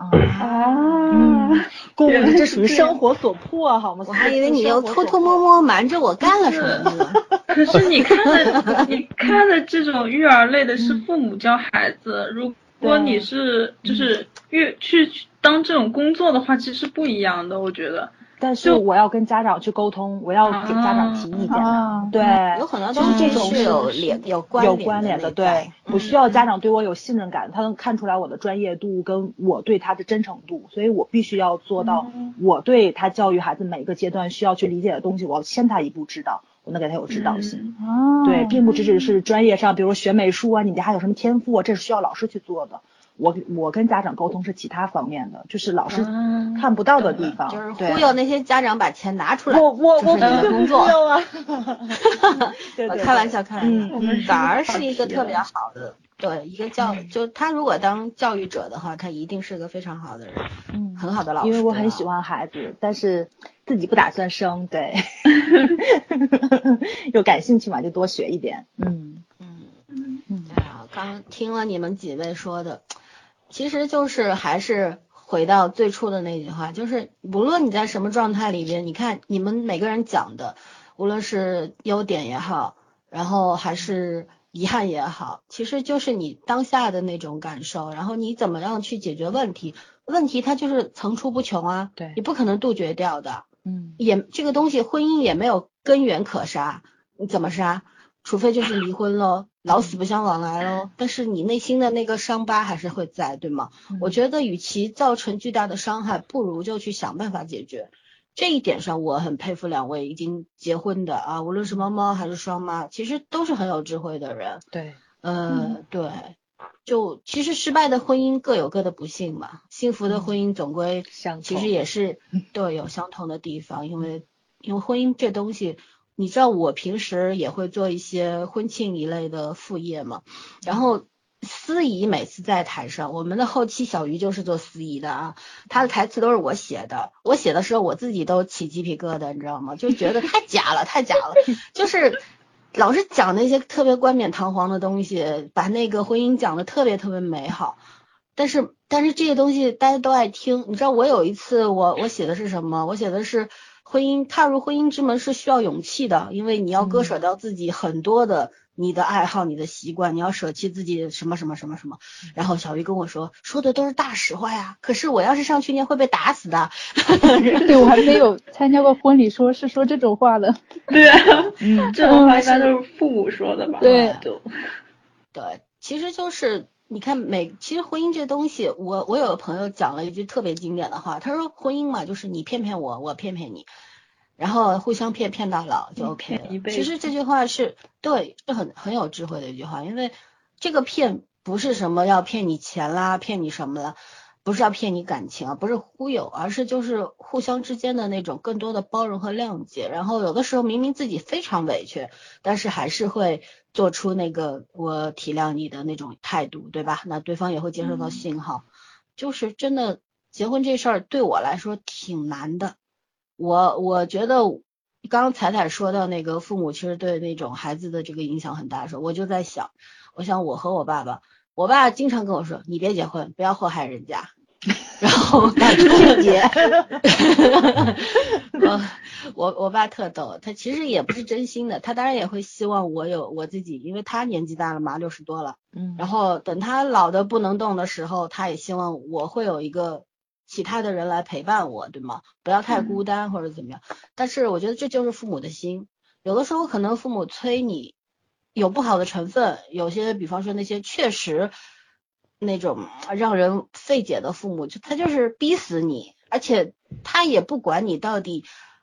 这属于生活所迫，好吗？ 我还以为你又偷偷摸摸瞒着我干了什么呢。 可是你看的这种育儿类的是父母教孩子，如果你是就是去当这种工作的话，其实不一样的，我觉得。 但是我要跟家长去沟通，我要给家长提意见的，对， 有很多东西这种是有关联的， 对，我需要家长对我有信任感，他能看出来我的专业度跟我对他的真诚度，所以我必须要做到，我对他教育孩子每个阶段需要去理解的东西，我要先他一步知道，我能给他有指导性，对，并不只是专业上，比如学美术啊，你家有什么天赋啊，这是需要老师去做的。我跟家长沟通是其他方面的，就是老师看不到的地方， 就是忽悠那些家长把钱拿出来， 我就是你的工作。 对， 开玩笑，反而是一个特别好的，对，一个就他如果当教育者的话，他一定是个非常好的人，很好的老师。 因为我很喜欢孩子，但是自己不打算生，对，有感兴趣嘛，就多学一点。 刚听了你们几位说的，其实就是还是回到最初的那句话，就是无论你在什么状态里边，你看你们每个人讲的，无论是优点也好，然后还是遗憾也好，其实就是你当下的那种感受，然后你怎么样去解决问题，问题它就是层出不穷啊， 对， 你不可能杜绝掉的，这个东西婚姻也没有根源可杀，你怎么杀？除非就是离婚咯，老死不相往来咯，但是你内心的那个伤疤还是会在，对吗？我觉得与其造成巨大的伤害，不如就去想办法解决。这一点上我很佩服两位已经结婚的啊，无论是猫猫还是双妈，其实都是很有智慧的人。 对， 对，就其实失败的婚姻各有各的不幸嘛，幸福的婚姻总归其实也是对有相同的地方，因为婚姻这东西。你知道我平时也会做一些婚庆一类的副业嘛，然后司仪每次在台上，我们的后期小鱼就是做司仪的啊，他的台词都是我写的，我写的时候我自己都起鸡皮疙瘩，你知道吗？就觉得太假了，就是老是讲那些特别冠冕堂皇的东西，把那个婚姻讲的特别特别美好，但是这些东西大家都爱听。你知道我有一次我写的是什么？我写的是踏入婚姻之门是需要勇气的，因为你要割舍掉自己很多的你的爱好、你的习惯，你要舍弃自己什么什么什么什么。然后小鱼跟我说的都是大实话呀，可是我要是上去年会被打死的。 对，我还没有参加过婚礼，说这种话的。 对啊，这种话一般都是父母说的吧？ 对， 其实就是你看其实婚姻这东西，我有个朋友讲了一句特别经典的话，他说婚姻嘛，就是你骗骗我，我骗骗你，然后互相骗到老就 OK 了。其实这句话是很有智慧的一句话，因为这个骗不是什么要骗你钱啦，骗你什么啦，不是要骗你感情啊，不是忽悠，而是就是互相之间的那种更多的包容和谅解。然后有的时候明明自己非常委屈，但是还是会做出那个我体谅你的那种态度，对吧？那对方也会接受到信号。就是真的结婚这事儿对我来说挺难的。我觉得刚刚彩彩说到那个父母其实对那种孩子的这个影响很大的时候，我就在想，我和我爸经常跟我说，你别结婚，不要祸害人家。然后春节我爸特逗，他其实也不是真心的，他当然也会希望我有我自己，因为他年纪大了嘛，60多了，然后等他老的不能动的时候，他也希望我会有一个其他的人来陪伴我，对吗？不要太孤单或者怎么样。但是我觉得这就是父母的心，有的时候可能父母催你有不好的成分，有些比方说那些确实那种让人费解的父母，他就是逼死你，而且他也不管你到底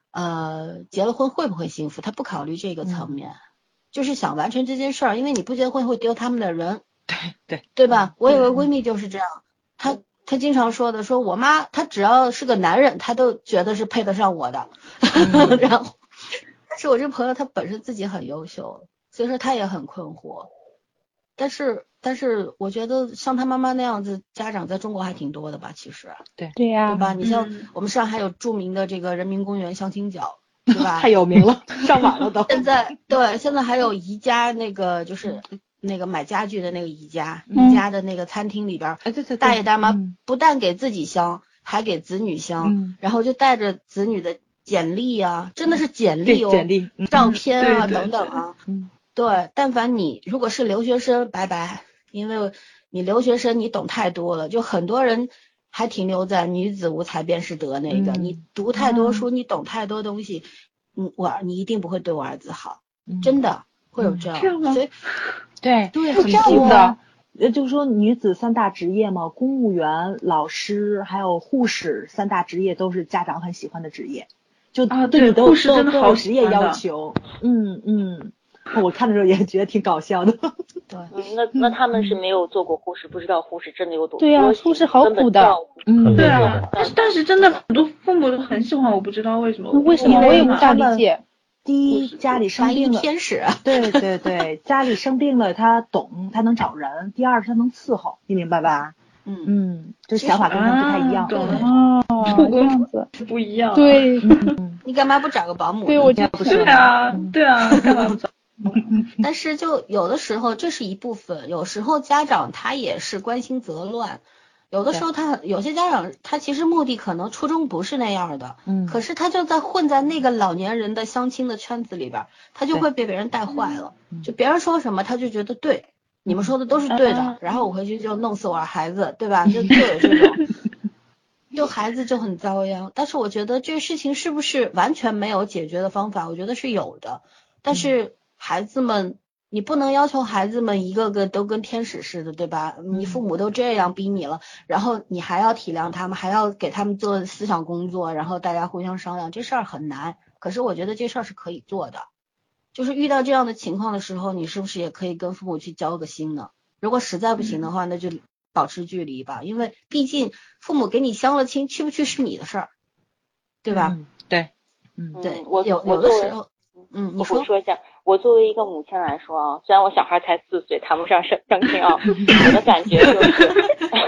结了婚会不会幸福，他不考虑这个层面，就是想完成这件事儿，因为你不结婚会丢他们的人， 对吧？我有个闺蜜就是这样，她经常说的，说我妈她只要是个男人，她都觉得是配得上我的，然后，但是我这朋友她本身自己很优秀，所以说她也很困惑，但是我觉得像她妈妈那样子家长在中国还挺多的吧，其实， 对呀， 对吧？你像我们上海有著名的这个人民公园相亲角，对吧？ 太有名了，上网了都。 现在还有宜家那个就是那个买家具的那个宜家的那个餐厅里边， 对， 大爷大妈不但给自己香，还给子女香，然后就带着子女的简历啊，真的是简历哦，照片啊等等啊，对，但凡你如果是留学生，拜拜，因为你留学生你懂太多了，就很多人还停留在女子无才便是德那个，你读太多书，你懂太多东西，你一定不会对我儿子好，真的会有这样，所以对， 很这样的。 就是说女子三大职业嘛，公务员、老师还有护士三大职业都是家长很喜欢的职业，就对你都有职业要求。我看的时候也觉得挺搞笑的。 对， 那他们是没有做过护士，不知道护士真的有多对呀，护士好苦的。 对啊，但是真的很多父母都很喜欢，我不知道为什么。 为什么我也无法理解。 第一，家里生病了， 天使。 对，家里生病了，他懂，他能找人。第二，他能伺候，你明白吧？这想法跟他不太一样。 这样子不一样。 对， 你干嘛不找个保姆？ 对，我就不对啊，干嘛不找？ 但是就有的时候这是一部分，有时候家长他也是关心则乱，有的时候有些家长他其实目的可能初衷不是那样的，可是他就在混在那个老年人的相亲的圈子里边，他就会被别人带坏了，就别人说什么他就觉得对，你们说的都是对的，然后我回去就弄死我孩子，对吧？就有这种，就孩子就很遭殃。但是我觉得这个事情是不是完全没有解决的方法？我觉得是有的，但是孩子们，你不能要求孩子们一个个都跟天使似的，对吧？你父母都这样逼你了，然后你还要体谅他们，还要给他们做思想工作，然后大家互相商量，这事儿很难。可是我觉得这事儿是可以做的，就是遇到这样的情况的时候，你是不是也可以跟父母去交个心呢？如果实在不行的话，那就保持距离吧，因为毕竟父母给你相了亲，去不去是你的事儿，对吧？ 对， 对， 我有的时候。你说一下，我作为一个母亲来说啊，虽然我小孩才4岁，谈不上相亲啊，我的感觉就是，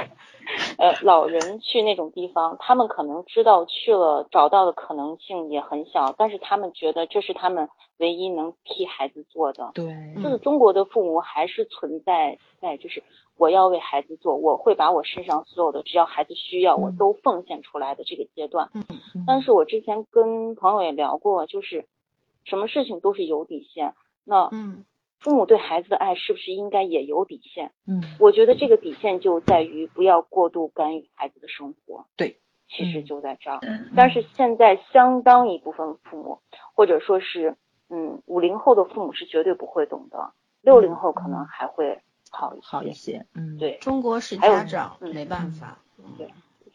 老人去那种地方，他们可能知道去了找到的可能性也很小，但是他们觉得这是他们唯一能替孩子做的。 对， 就是中国的父母还是存在就是我要为孩子做，我会把我身上所有的只要孩子需要我都奉献出来的这个阶段。但是我之前跟朋友也聊过，就是什么事情都是有底线，那父母对孩子的爱是不是应该也有底线？我觉得这个底线就在于不要过度干预孩子的生活。 对， 其实就在这儿。但是现在相当一部分父母，或者说是50后的父母是绝对不会懂的，60后可能还会好一些。对， 中国式家长没办法。 对。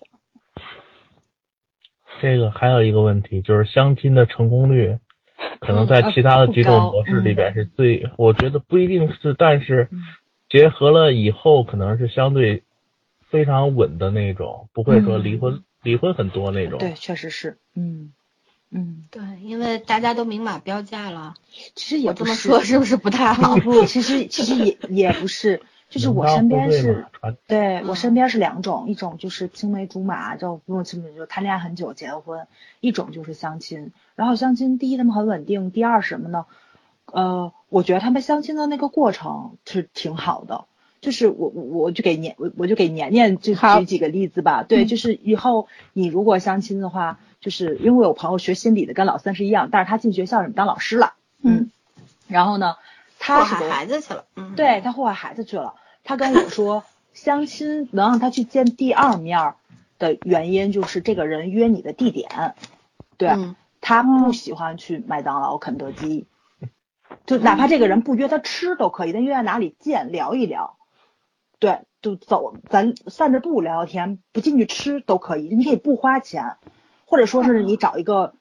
这个还有一个问题，就是相亲的成功率可能在其他的几种模式里边是最，我觉得不一定是，但是结合了以后可能是相对非常稳的那种，不会说离婚很多那种。 对，确实是。 对，因为大家都明码标价了。 其实也不是， 我这么说是不是不太好？ 不，其实也不是。就是我身边是，对，我身边是2种，一种就是青梅竹马，就不用青梅，就谈恋爱很久结了婚；一种就是相亲。然后相亲，第一他们很稳定，第二是什么呢？我觉得他们相亲的那个过程是挺好的。就是我就给年年就举几个例子吧。对，就是以后你如果相亲的话，就是因为我有朋友学心理的，跟老三是一样，但是他进学校里当老师了。然后呢？他是祸害孩子去了， 对，他祸害孩子去了。他跟我说，相亲能让他去见第2面的原因就是这个人约你的地点，对，他不喜欢去麦当劳、肯德基，就哪怕这个人不约他吃都可以，但约在哪里见聊一聊，对，就走，咱散着步聊聊天，不进去吃都可以，你可以不花钱，或者说是你找一个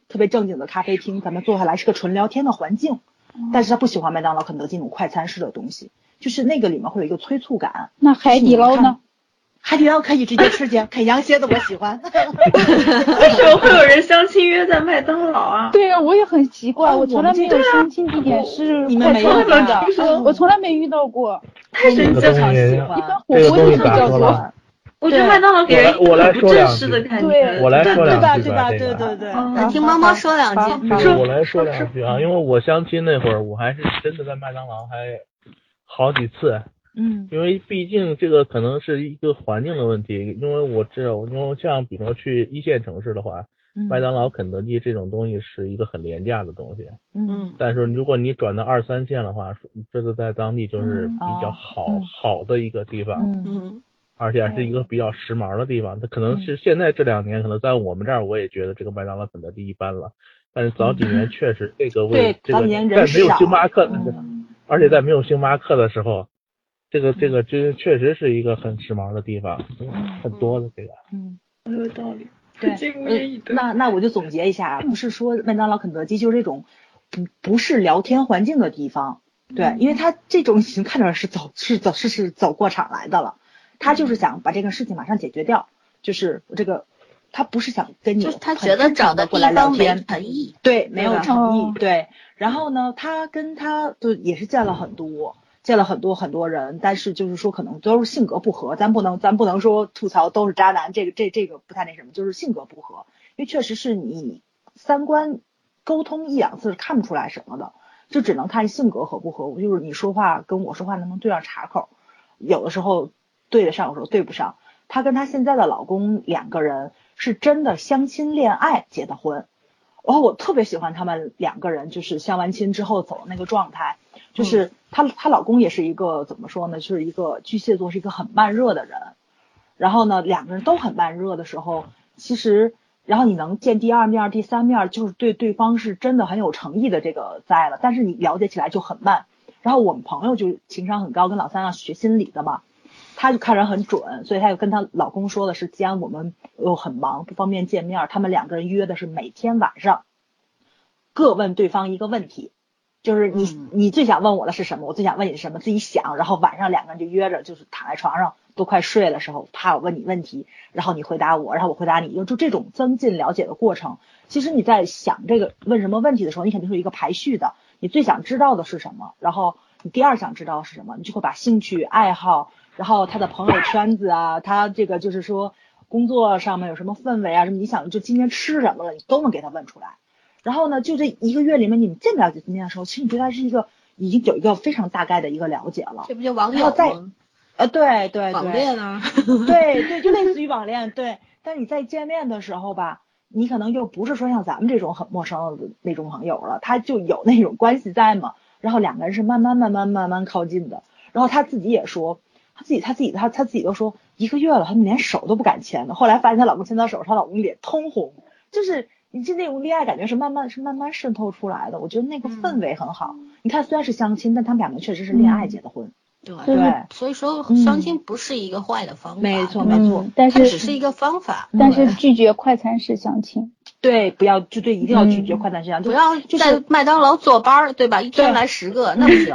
特别正经的咖啡厅，咱们坐下来是个纯聊天的环境，但是他不喜欢麦当劳、肯德基那种快餐式的东西，就是那个里面会有一个催促感。 那海底捞呢？ 海底捞可以直接吃去，啃羊蝎子我喜欢。 为什么会有人相亲约在麦当劳啊？ 对啊，我也很奇怪，我从来没有相亲地点是快餐的，我从来没遇到过。 太神奇了， 常喜欢。 一般火锅店比较多。 我觉得麦当劳给人我来说两句， 我来说两句吧，对， 来听猫猫说两句。 我来说两句啊，因为我相亲那会儿，我还是真的在麦当劳还好几次。因为毕竟这个可能是一个环境的问题，因为我知道，因为像比如说去一线城市的话，麦当劳、肯德基这种东西是一个很廉价的东西。但是如果你转到2、3线的话，这个在当地就是比较好的一个地方。而且是一个比较时髦的地方。它可能是现在这2年，可能在我们这儿，我也觉得这个麦当劳、肯德基一般了。但是早几年确实这个在没有星巴克而且在没有星巴克的时候。这个确实是一个很时髦的地方，很多的这个。 有道理。 对，那我就总结一下，不是说麦当劳、肯德基就是这种不是聊天环境的地方，对，因为他这种已经看着是走过场来的了，他就是想把这个事情马上解决掉，就是这个他不是想跟你， 就是他觉得找的过来聊天， 没诚意， 对，没有诚意，对。然后呢，他跟他就也是见了很多人，但是就是说可能都是性格不合，咱不能说吐槽都是渣男，这个不太那什么，就是性格不合，因为确实是你3观沟通1、2次是看不出来什么的，就只能看性格合不合，就是你说话跟我说话能不能对上茬口，有的时候对得上，有时候对不上。她跟她现在的老公2个人是真的相亲恋爱结的婚，然后我特别喜欢他们2个人就是相完亲之后走的那个状态。就是她老公也是一个怎么说呢，就是一个巨蟹座，是一个很慢热的人。然后呢，2个人都很慢热的时候，其实然后你能见第2面、第3面，就是对对方是真的很有诚意的这个在了，但是你了解起来就很慢。然后我们朋友就情商很高，跟老三要学心理的嘛，她就看人很准，所以她就跟她老公说的是，既然我们又很忙不方便见面，他们2个人约的是每天晚上各问对方一个问题。就是你最想问我的是什么，我最想问你是什么，自己想，然后晚上2个人就约着，就是躺在床上都快睡的时候，怕我问你问题，然后你回答我，然后我回答你，就这种增进了解的过程。其实你在想这个问什么问题的时候，你肯定是有一个排序的，你最想知道的是什么，然后你第2想知道的是什么，你就会把兴趣爱好，然后他的朋友圈子啊，他这个就是说工作上面有什么氛围啊，什么你想就今天吃什么了，你都能给他问出来。然后呢，就这1个月里面，你们见不了几次面的时候，其实你对他是已经有一个非常大概的一个了解了。 这不就网友吗？ 对， 网恋啊， 对，就类似于网恋，对。但是你在见面的时候吧，你可能又不是说像咱们这种很陌生的那种朋友了，他就有那种关系在嘛。然后2个人是慢慢靠近的。然后他自己也说，他自己都说1个月了，他们连手都不敢牵的。后来发现她老公牵她手，她老公脸通红，就是你这那种恋爱感觉是慢慢渗透出来的。我觉得那个氛围很好。你看虽然是相亲，但他们2个确实是恋爱结的婚。对， 所以说相亲不是一个坏的方法。 没错， 但是它只是一个方法。 但是拒绝快餐式相亲。 对，不要就对，一定要拒绝快餐式相亲。 不要在麦当劳坐班，对吧？一天来10个，那不行。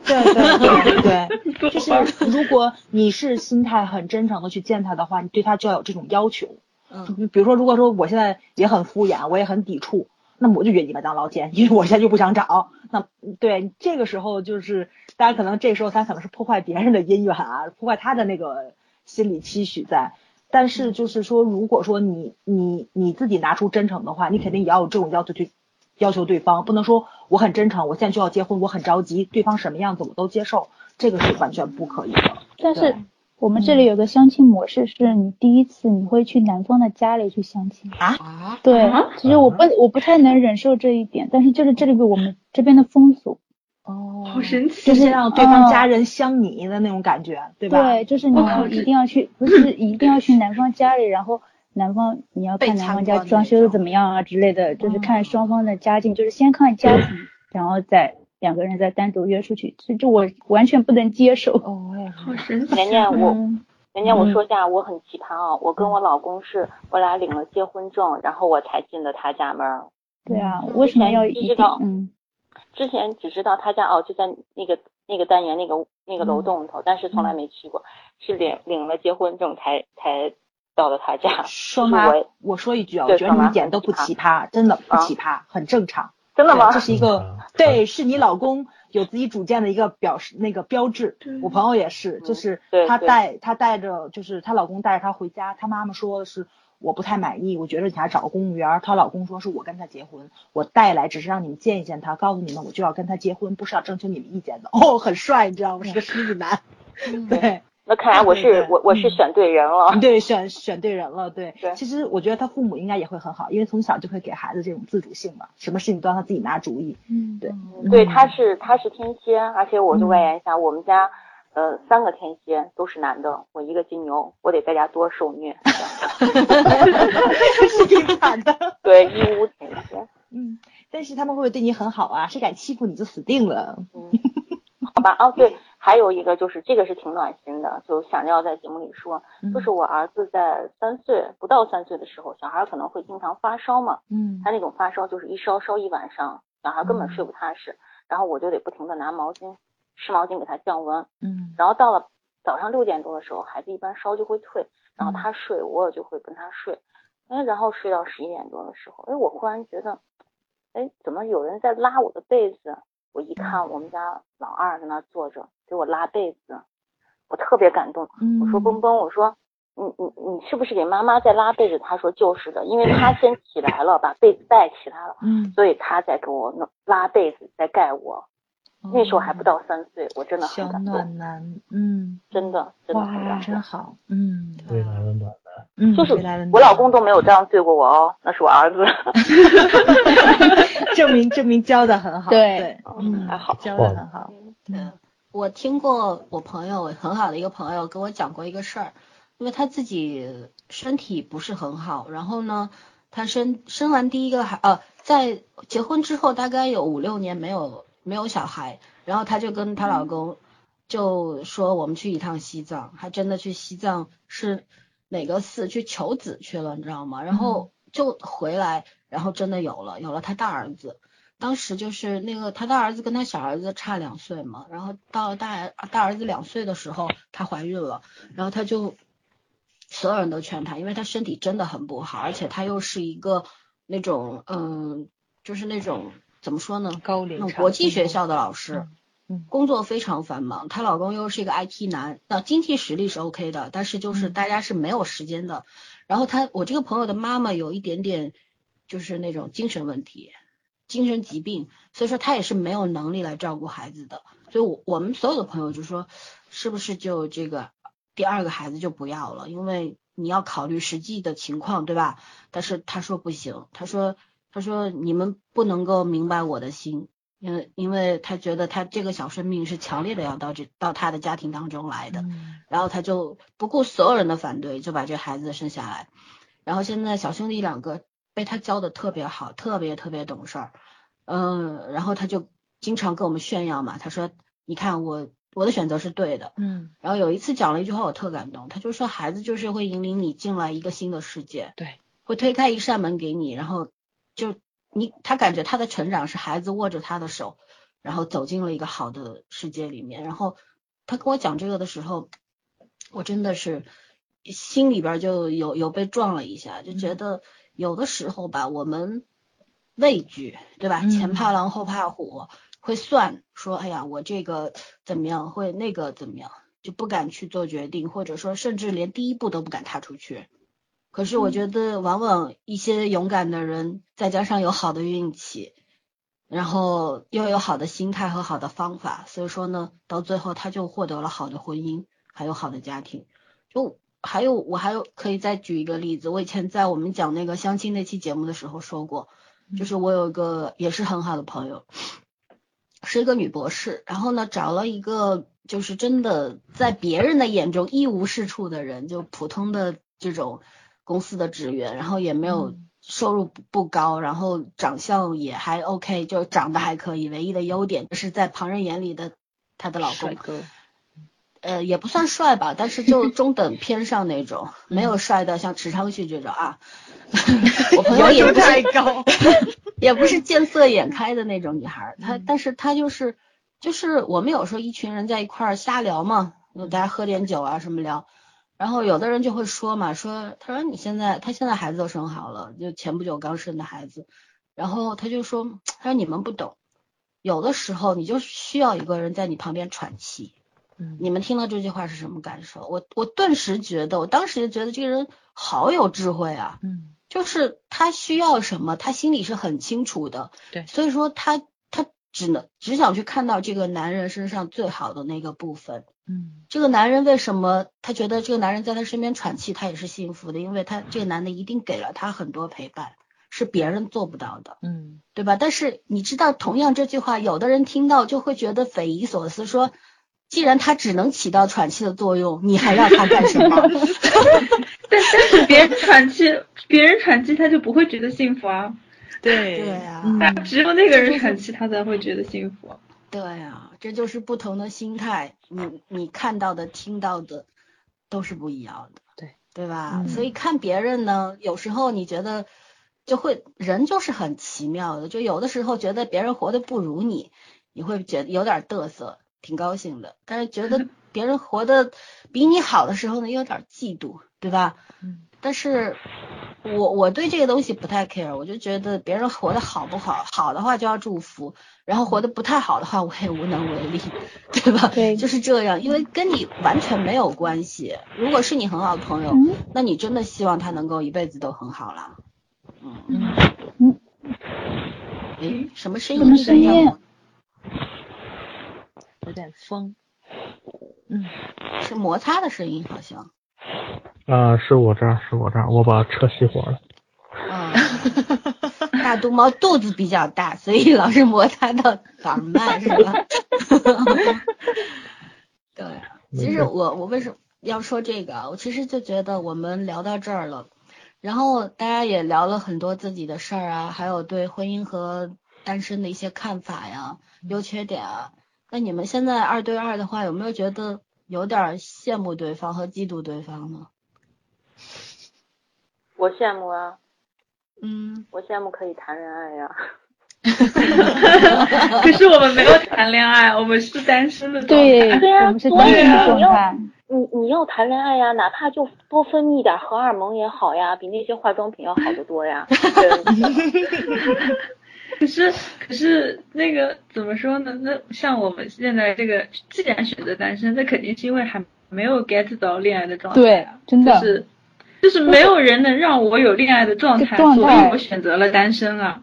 对，就是如果你是心态很真诚的去见他的话，你对他就要有这种要求。比如说，如果说我现在也很敷衍，我也很抵触，那么我就约你麦当劳见，因为我现在就不想找。那对这个时候就是大家可能这时候他可能是破坏别人的姻缘啊，破坏他的那个心理期许在。但是就是说，如果说你自己拿出真诚的话，你肯定也要有这种要求去要求对方，不能说我很真诚，我现在就要结婚，我很着急，对方什么样子我都接受，这个是完全不可以的。 但是我们这里有个相亲模式，是你第一次你会去男方的家里去相亲啊？ 对，其实我不太能忍受这一点，但是就是这里我们这边的风俗。 好神奇， 就是让对方家人相你的那种感觉，对吧？ 对，就是你一定要去，不是一定要去男方家里，然后男方你要看男方家装修的怎么样啊之类的，就是看双方的家境，就是先看家庭，然后再2个人再单独约出去，这我完全不能接受。 好神奇。 年年我说下我很奇葩啊，我跟我老公是我俩领了结婚证，然后我才进的他家门。 对啊，为什么要一定？ 之前只知道他家就在那个单元那个楼栋里头，但是从来没去过，是领了结婚证才到了他家。 双妈，我说一句我觉得你们一点都不奇葩，真的不奇葩，很正常。 真的吗？ 这是一个对，是你老公有自己主见的一个标志。我朋友也是，就是她带着，就是她老公带着她回家，她妈妈说的是我不太满意，我觉得你还找个公务员。她老公说是我跟他结婚，我带来只是让你们见一见他，告诉你们我就要跟他结婚，不是要征求你们意见的。很帅，你知道吗？是个狮子男。对。 那看来我是选对人了。 对，选对人了。对，其实我觉得他父母应该也会很好，因为从小就会给孩子这种自主性嘛，什么事情都让他自己拿主意。 对，他是天蝎，而且我就外延一下，我们家3个天蝎都是男的，我一个金牛，我得在家多受虐。 是挺惨的。 对，义乌天蝎。 但是他们会不会对你很好啊？谁敢欺负你就死定了。 好吧，对，还有一个就是这个是挺暖心的，就想要在节目里说，就是我儿子在不到3岁的时候，小孩可能会经常发烧嘛，他那种发烧就是一烧一晚上，小孩根本睡不踏实，然后我就得不停的拿湿毛巾给他降温，然后到了早上6点多的时候，孩子一般烧就会退，然后他睡，我也就会跟他睡，然后睡到11点多的时候，我忽然觉得，怎么有人在拉我的被子？我一看，我们家老二在那坐着给我拉被子，我特别感动。我说蹦蹦，我说你是不是给妈妈在拉被子？他说就是的，因为他先起来了，把被子带起来了，所以他在给我拉被子，在盖我。那时候还不到3岁，我真的很感动。 小暖男， 真的很感动， 真好， 未来的暖男， 就是我老公都没有这样对过我那是我儿子。 证明教的很好，对， 还好， 教的很好。 我听过我很好的一个朋友跟我讲过一个事儿，因为他自己身体不是很好，然后呢，他生完第一个在结婚之后大概有5-6年没有小孩，然后他就跟她老公就说我们去一趟西藏，还真的去西藏是哪个寺去求子去了，你知道吗？然后就回来，然后真的有了他大儿子。当时就是他大儿子跟他小儿子差2岁嘛，然后到了大儿子2岁的时候，她怀孕了，然后他就所有人都劝他，因为他身体真的很不好，而且他又是一个那种就是那种怎么说呢， 高龄国际学校的老师，工作非常繁忙，她老公又是一个 IT 男，那经济实力是 OK 的，但是就是大家是没有时间的。然后我这个朋友的妈妈有一点点就是那种精神问题，精神疾病，所以说她也是没有能力来照顾孩子的。所以我们所有的朋友就说，是不是就这个第2个孩子就不要了，因为你要考虑实际的情况，对吧？但是他说不行，他说你们不能够明白我的心，因为他觉得他这个小生命是强烈的要到他的家庭当中来的，然后他就不顾所有人的反对，就把这孩子生下来。然后现在小兄弟2个被他教的特别好，特别特别懂事儿，然后他就经常跟我们炫耀嘛，他说你看我的选择是对的，然后有一次讲了一句话我特感动，他就说孩子就是会引领你进来一个新的世界， 对， 会推开一扇门给你，然后就他感觉他的成长是孩子握着他的手，然后走进了一个好的世界里面。然后他跟我讲这个的时候，我真的是心里边就有被撞了一下，就觉得有的时候吧，我们畏惧，对吧？前怕狼后怕虎，会算说，哎呀，我这个怎么样，会那个怎么样，就不敢去做决定，或者说甚至连第一步都不敢踏出去。可是我觉得往往一些勇敢的人，再加上有好的运气，然后又有好的心态和好的方法，所以说呢，到最后他就获得了好的婚姻，还有好的家庭。我还有可以再举一个例子，我以前在我们讲那个相亲那期节目的时候说过，就是我有一个也是很好的朋友，是一个女博士，然后呢找了一个就是真的在别人的眼中一无是处的人，就普通的这种公司的职员，然后也没有收入不高，然后长相也还 OK， 就长得还可以，唯一的优点就是在旁人眼里的她的老公帅哥， 也不算帅吧，但是就中等偏上那种，没有帅的像池昌旭这种啊。我朋友也不是太高， 也不是见色眼开的那种女孩，但是她就是我们有时候一群人在一块儿瞎聊嘛，大家喝点酒啊什么聊，然后有的人就会说嘛，他说他现在孩子都生好了，就前不久刚生的孩子，然后他说你们不懂，有的时候你就需要一个人在你旁边喘气。你们听了这句话是什么感受？我顿时觉得，我当时就觉得这个人好有智慧啊。就是他需要什么，他心里是很清楚的。 对， 所以说他只想去看到这个男人身上最好的那个部分。这个男人为什么他觉得这个男人在他身边喘气，他也是幸福的？因为这个男的一定给了他很多陪伴，是别人做不到的。对吧？但是你知道，同样这句话，有的人听到就会觉得匪夷所思，说既然他只能起到喘气的作用，你还要他干什么？ 但是别人喘气他就不会觉得幸福啊。 对啊， 只有那个人喘气他才会觉得幸福。 对啊，这就是不同的心态，你看到的听到的都是不一样的。对吧？所以看别人呢，有时候你觉得人就是很奇妙的，就有的时候觉得别人活得不如你会觉得有点嘚瑟，挺高兴的，但是觉得别人活得比你好的时候呢，有点嫉妒，对吧？但是我对这个东西不太 care， 我就觉得别人活得好不好，好的话就要祝福，然后活得不太好的话我也无能为力，对吧？ 对， 就是这样，因为跟你完全没有关系。如果是你很好的朋友，那你真的希望他能够一辈子都很好啦。什么声音？ 有点风。 是摩擦的声音好像。 是我这儿，我把车熄火了。 大肚猫肚子比较大，所以老是摩擦到耳麦是吧？对，其实我为什么要说这个？我其实就觉得我们聊到这儿了，然后大家也聊了很多自己的事儿啊，还有对婚姻和单身的一些看法呀、优缺点啊。那你们现在2对2的话，有没有觉得有点羡慕对方和嫉妒对方呢？ 我羡慕啊，我羡慕可以谈恋爱呀。 可是我们没有谈恋爱，我们是单身的状态。 对呀， 我们是单身的状态。 你要谈恋爱呀，哪怕就多分泌一点荷尔蒙也好呀，比那些化妆品要好得多呀。 可是那个怎么说呢？那像我们现在这个，既然选择单身，那肯定是因为还没有 get 到恋爱的状态。 对，真的就是没有人能让我有恋爱的状态，所以我选择了单身啊。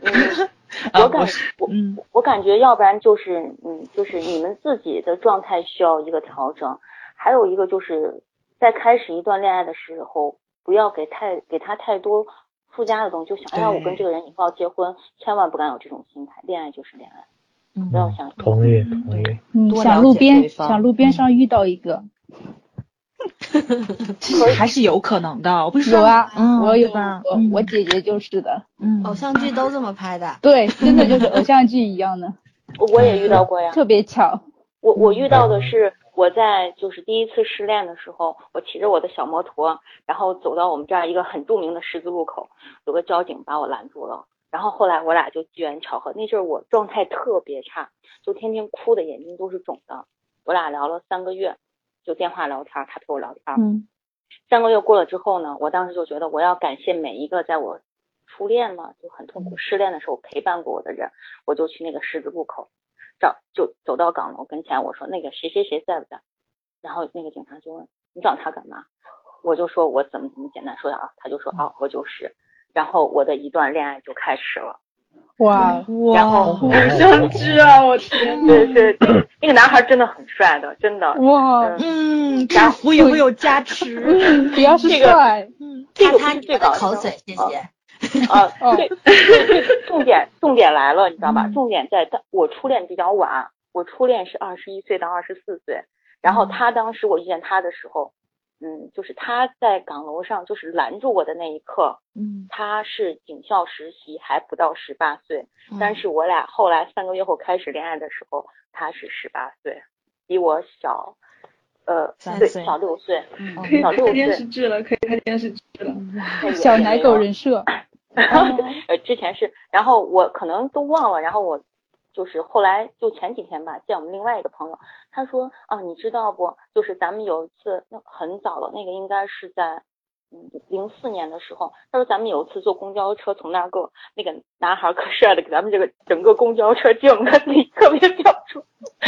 我感觉要不然就是你们自己的状态需要一个调整，还有一个就是在开始一段恋爱的时候，不要给他太多附加的东西，就想我跟这个人以后要结婚，千万不敢有这种心态，恋爱就是恋爱，不要想。 同意。 想路边上遇到一个。 还是有可能的，我不是有啊，我有吧？ 我姐姐就是的， 偶像剧都这么拍的， 对，真的就是偶像剧一样的。 我也遇到过呀， 特别巧。 我遇到的是我在就是第一次失恋的时候，我骑着我的小摩托，然后走到我们这儿一个很著名的十字路口，有个交警把我拦住了，然后后来我俩就机缘巧合，那阵儿我状态特别差，就天天哭的眼睛都是肿的，我俩聊了3个月。就电话聊天，他陪我聊天。3个月过了之后呢，我当时就觉得我要感谢每一个在我初恋嘛，就很痛苦失恋的时候陪伴过我的人，我就去那个十字路口就走到岗楼跟前，我说那个谁谁谁在不在？然后那个警察就问你找他干嘛？我就说我怎么简单说啊，他就说我就是，然后我的一段恋爱就开始了。 哇， 然后偶像剧啊，我天！ 对，那个男孩真的很帅的，真的。 哇， 制服也会有加持， 主要是帅。 他这个口水，谢谢。 重点来了，你知道吧？重点在我初恋比较晚，我初恋是21岁到24岁，然后他当时我遇见他的时候，就是他在岗楼上就是拦住我的那一刻，他是警校实习，还不到18岁，但是我俩后来3个月后开始恋爱的时候，他是18岁，比我小对，小6岁，小6岁。 可以拍电视剧了， 小奶狗人设。 之前是，然后我可能都忘了，然后我就是后来就前几天吧，见我们另外一个朋友，他说啊，你知道不？就是咱们有一次，那很早了，那个应该是在04年的时候，他说咱们有一次坐公交车从那个男孩可帅的，给咱们这个整个公交车敬个礼，特别表出，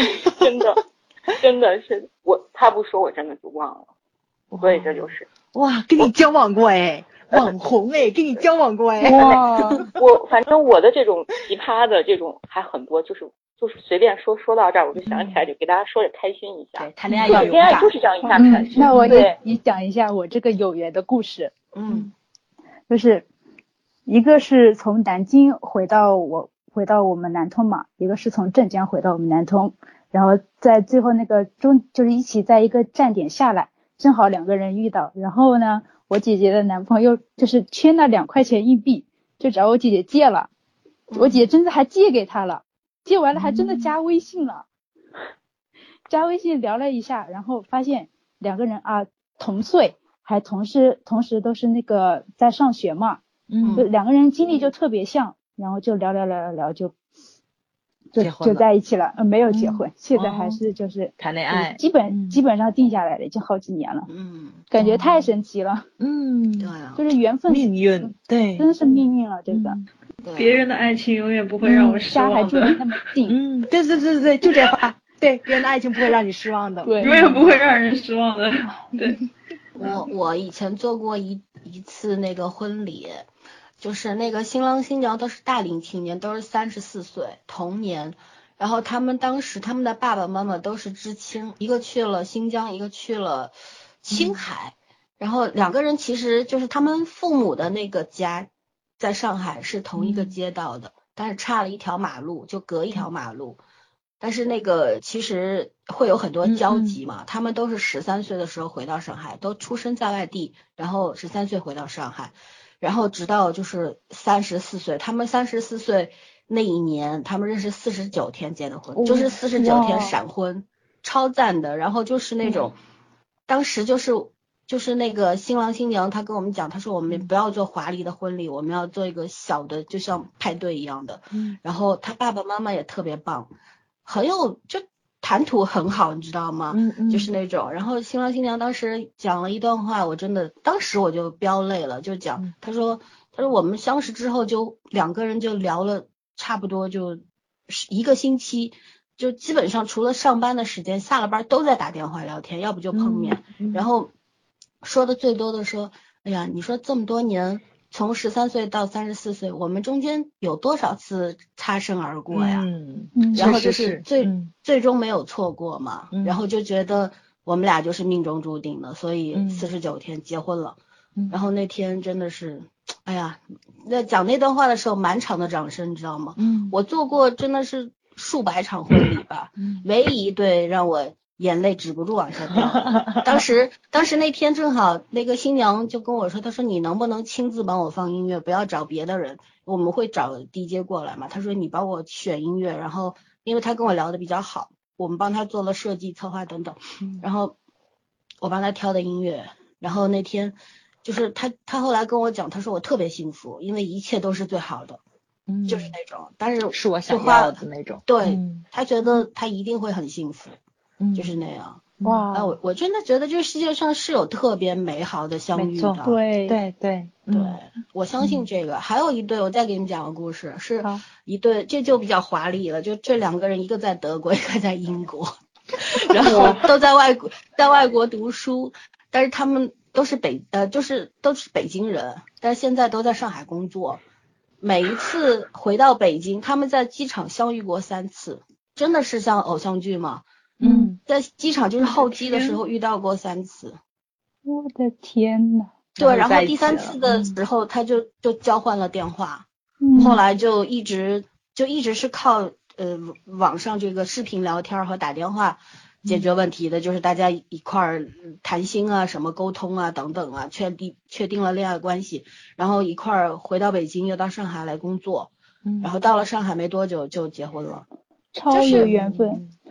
真的是他不说我真的就忘了，所以这就是哇，跟你交往过哎。网红哎，跟你交往过哎！ 哇， 反正我的这种奇葩的这种还很多，就是随便说到这儿，我就想起来，就给大家说着开心一下。 对，谈恋爱要勇敢， 恋爱就是这样一下开心。 那我也讲一下我这个有缘的故事。就是一个是从南京回到我们南通嘛，一个是从镇江回到我们南通，然后在最后那个就是一起在一个站点下来，正好两个人遇到，然后呢。我姐姐的男朋友就是缺那2块钱硬币，就找我姐姐借了，我姐姐真的还借给他了，借完了还真的加微信了，加微信聊了一下，然后发现两个人啊同岁，还同时都是那个在上学嘛，就两个人经历就特别像，然后就聊就在一起了，没有结婚，现在还是就是谈恋爱， 基本上定下来了，已经好几年了，感觉太神奇了， 对啊， 就是缘分， 命运，对， 真的是命运了，这个， 别人的爱情永远不会让我失望的， 家还住那么近， 对，就这话，对，别人的爱情不会让你失望的， 对，永远不会让人失望的，对。 我以前做过一次那个婚礼。就是那个新郎新娘都是大龄青年，都是34岁同年，然后他们当时他们的爸爸妈妈都是知青，一个去了新疆，一个去了青海，然后两个人其实就是他们父母的那个家在上海是同一个街道的，但是差了一条马路，就隔一条马路，但是那个其实会有很多交集嘛，他们都是13岁的时候回到上海，都出生在外地，然后13岁回到上海。然后直到就是34岁，他们34岁那一年，他们认识49天结的婚，就是49天闪婚，超赞的。然后就是那种，当时就是那个新郎新娘，他跟我们讲，他说我们不要做华丽的婚礼，我们要做一个小的，就像派对一样的。然后他爸爸妈妈也特别棒，很有就谈吐很好，你知道吗？就是那种。然后新郎新娘当时讲了一段话，我真的当时我就飙泪了，就讲他说我们相识之后就两个人就聊了差不多就1个星期，就基本上除了上班的时间，下了班都在打电话聊天，要不就碰面。然后说的最多的说，哎呀，你说这么多年。从13岁到34岁，我们中间有多少次擦身而过呀？然后就是最终没有错过嘛。然后就觉得我们俩就是命中注定的，所以49天结婚了。然后那天真的是，哎呀，那讲那段话的时候，满场的掌声，你知道吗？我做过真的是数百场婚礼吧，唯一一对让我眼泪止不住往下掉。当时那天正好那个新娘就跟我说，她说你能不能亲自帮我放音乐，不要找别的人，我们会找 DJ 过来嘛。她说你帮我选音乐，然后因为她跟我聊的比较好，我们帮她做了设计策划等等，然后我帮她挑的音乐，然后那天就是她后来跟我讲，她说我特别幸福，因为一切都是最好的。就是那种，但是我想要的那种。 对，她觉得她一定会很幸福。就是那样。哇，我真的觉得这世界上是有特别美好的相遇的。 对， 我相信这个。还有一对，我再给你们讲个故事，是一对，这就比较华丽了，就这两个人，一个在德国，一个在英国，然后都在外国读书，但是他们都是都是北京人，但是现在都在上海工作。每一次回到北京，他们在机场相遇过3次，真的是像偶像剧吗？在机场就是候机的时候遇到过3次。 我的天哪！ 对，然后第3次的时候他就交换了电话，后来就一直是靠网上这个视频聊天和打电话解决问题的，就是大家一块儿谈心啊，什么沟通啊等等啊，确定了恋爱关系，然后一块儿回到北京又到上海来工作，然后到了上海没多久就结婚了。 超有缘分。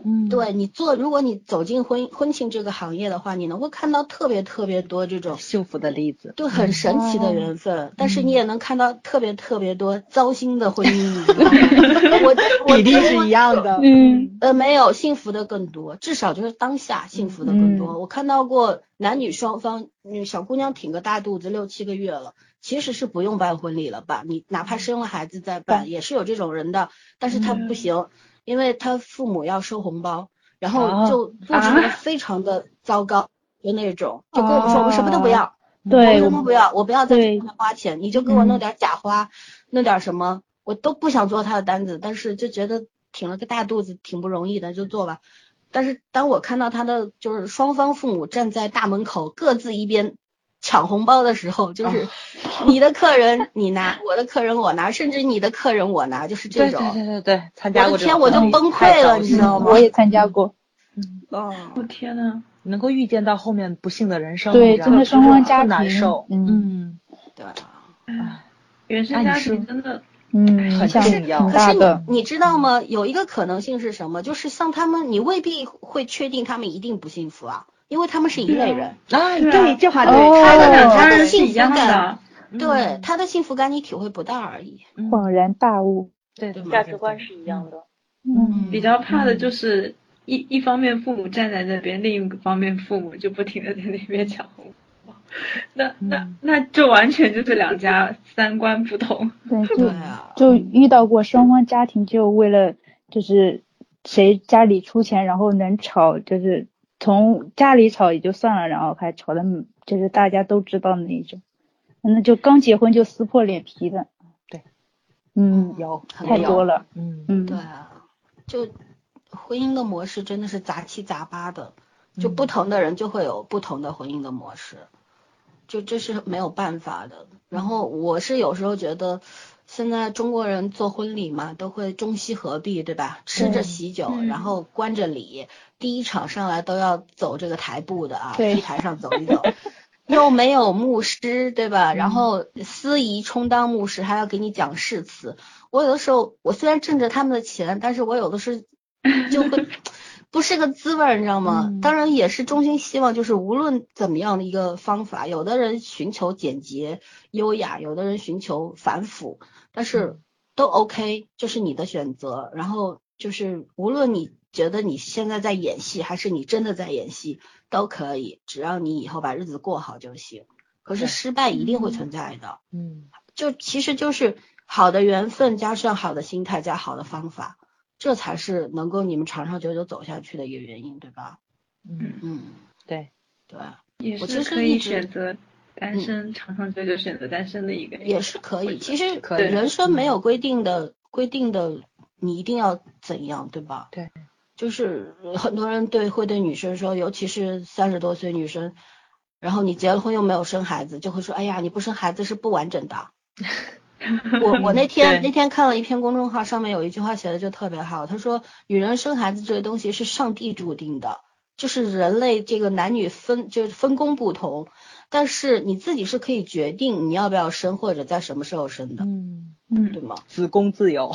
对你如果你走进婚庆这个行业的话，你能够看到特别特别多这种幸福的例子， 就很神奇的缘分，但是你也能看到特别特别多糟心的婚姻，你知道吗？ 比例是一样的， 没有，幸福的更多，至少就是当下幸福的更多。我看到过男女双方，小姑娘挺个大肚子6、7个月了，其实是不用办婚礼了吧？你哪怕生了孩子再办，也是有这种人的，但是他不行，因为他父母要收红包，然后就布置的非常的糟糕，就那种，就跟我们说我们什么都不要， 对， 我什么不要，我不要在这上面花钱，你就给我弄点假花，弄点什么，我都不想做他的单子，但是就觉得挺了个大肚子挺不容易的，就做吧。但是当我看到他的就是双方父母站在大门口各自一边抢红包的时候，就是你的客人你拿，我的客人我拿，甚至你的客人我拿，就是这种。 对，参加过。 我的天，我就崩溃了，你知道吗？ 我也参加过。 我天呐， 能够预见到后面不幸的人生， 对，真的双方家庭难受。 对啊，原生家庭真的。 很重要。 可是你知道吗？有一个可能性是什么？就是像他们，你未必会确定他们一定不幸福啊，因为他们是一类人。 对，这话对， 他的幸福感，对他的幸福感你体会不到而已。 恍然大悟， 对，价值观是一样的。 比较怕的就是一方面父母站在那边，另一个方面父母就不停的在那边抢红包。那就完全就是两家三观不同。 对，就遇到过双方家庭就为了就是谁家里出钱，然后能吵，就是从家里吵也就算了，然后还吵的就是大家都知道的那种，那就刚结婚就撕破脸皮的。 对， 有太多了。 对啊，就婚姻的模式真的是杂七杂八的，就不同的人就会有不同的婚姻的模式。就这是没有办法的。然后我是有时候觉得现在中国人做婚礼嘛，都会中西合璧，对吧？吃着喜酒，然后观着礼，第一场上来都要走这个台步的啊，去台上走一走，又没有牧师，对吧？然后司仪充当牧师，还要给你讲誓词。我有的时候，我虽然挣着他们的钱，但是我有的时候就会不是个滋味，你知道吗？当然也是衷心希望，就是无论怎么样的一个方法，有的人寻求简洁优雅，有的人寻求繁复，但是都 OK， 这是你的选择。然后就是无论你觉得你现在在演戏，还是你真的在演戏，都可以，只要你以后把日子过好就行。可是失败一定会存在的，就其实就是好的缘分加上好的心态加好的方法，这才是能够你们长长久久走下去的一个原因，对吧？ 对， 也是可以选择单身，长长久久选择单身的一个， 也是可以。其实人生没有规定的你一定要怎样，对吧？ 对， 就是很多人会对女生说，尤其是30多岁女生，然后你结了婚又没有生孩子，就会说，哎呀，你不生孩子是不完整的。我那天看了一篇公众号，上面有一句话写的就特别好，他说女人生孩子这个东西是上帝注定的，就是人类这个男女分工不同，但是你自己是可以决定你要不要生或者在什么时候生的，对吗？ 子宫自由。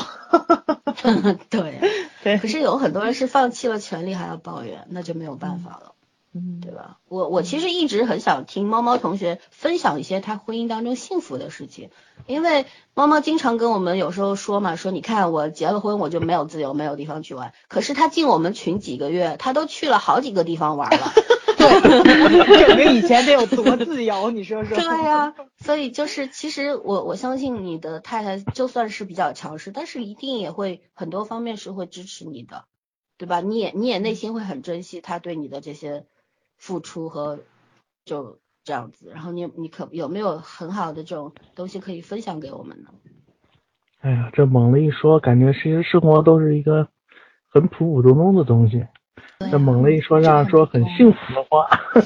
对，可是有很多人是放弃了权利还要抱怨，那就没有办法了。对吧？我其实一直很想听猫猫同学分享一些他婚姻当中幸福的事情，因为猫猫经常跟我们有时候说嘛，说你看我结了婚我就没有自由，没有地方去玩，可是他进我们群几个月，他都去了好几个地方玩了。 对，证明以前得有多自由，你说说。 对呀，所以就是其实我相信你的太太就算是比较强势，但是一定也会很多方面是会支持你的，对吧？你也内心会很珍惜他对你的这些付出和就这样子，然后你有没有很好的这种东西可以分享给我们呢？ 哎呀，这猛了一说，感觉其实生活都是一个很普普通通的东西。这猛了一说，让人说很幸福的话。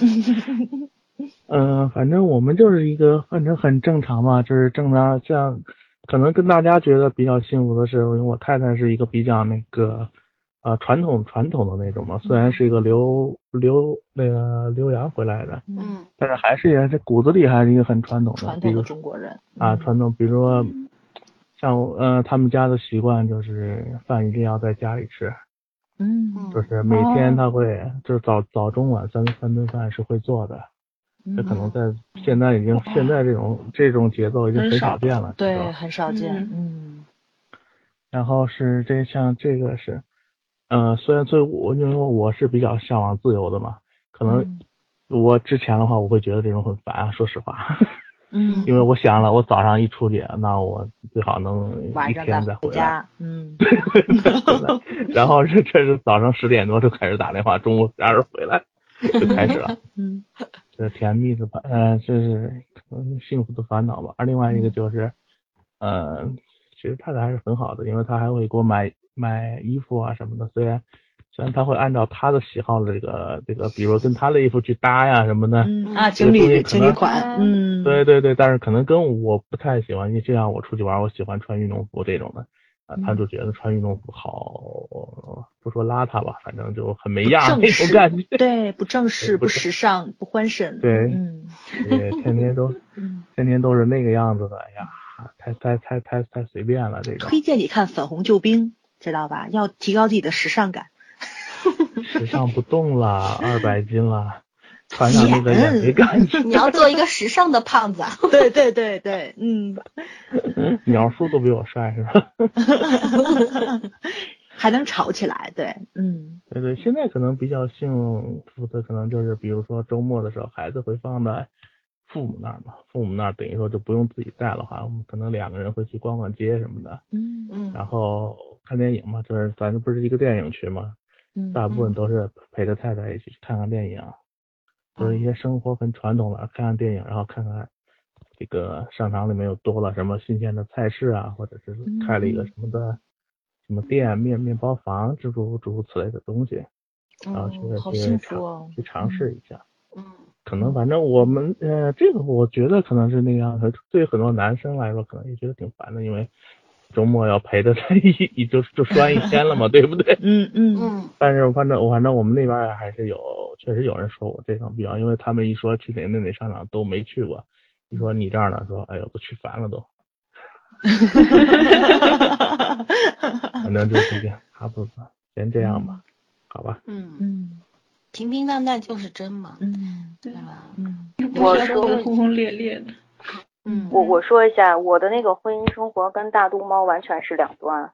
反正我们就是一个很正常嘛，就是正常。像可能跟大家觉得比较幸福的是，因为我太太是一个比较那个传统的那种嘛，虽然是一个留洋回来的，但是还是这骨子里还是一个很传统的中国人传统，比如说像他们家的习惯就是饭一定要在家里吃， 就是每天他会就是早中晚三顿饭是会做的。这可能在现在这种节奏已经很少见了， 对，很少见。 然后是像这个是，虽然因为我是比较向往自由的嘛，可能我之前的话我会觉得这种很烦啊，说实话。因为我想了，我早上一出去，那我最好能一天再回来。然后这是早上10点多就开始打电话，中午12点回来就开始了。这甜蜜的这是幸福的烦恼吧。而另外一个就是，其实太太还是很好的，因为她还会给我买衣服啊什么的。虽然她会按照她的喜好的这个，比如跟她的衣服去搭呀什么的。 情侣款。 对，但是可能跟我不太喜欢，因为就像我出去玩，我喜欢穿运动服这种的。他就觉得穿运动服好，不说邋遢吧，反正就很没样那种感觉。 对，不正式，不时尚，不欢神。 对，天天都是那个样子的，哎呀，太随便了这种。 推荐你看《粉红救兵》，知道吧？要提高自己的时尚感。 时尚不动了，200斤了。穿上那个也没感觉。 你要做一个时尚的胖子。 对， 鸟叔都比我帅是吧？ 还能吵起来，对， 对，现在可能比较幸福的可能就是，比如说周末的时候，孩子会放在父母那儿嘛，父母那儿等于说就不用自己带的话，我们可能2个人会去逛逛街什么的，然后看电影嘛，就是咱这不是一个电影群嘛，大部分都是陪着太太一起去看看电影。就是一些生活很传统的，看看电影，然后看看这个商场里面有多了什么新鲜的菜式啊，或者是开了一个什么店、面包房诸如此类的东西，然后去尝试一下。可能反正我们这个我觉得可能是那个样子，对很多男生来说可能也觉得挺烦的，因为周末要陪着他就拴一天了嘛，对不对？但是反正我们那边还是确实有人说我这种比较，因为他们一说去哪商场都没去过，一说你这儿呢，说哎呦都去烦了都。反正就是这样，差不多先这样吧，好吧。 平平淡淡就是真嘛。对吧？ 我说的轰轰烈烈的。 我说一下，我的那个婚姻生活跟大肚猫完全是两端。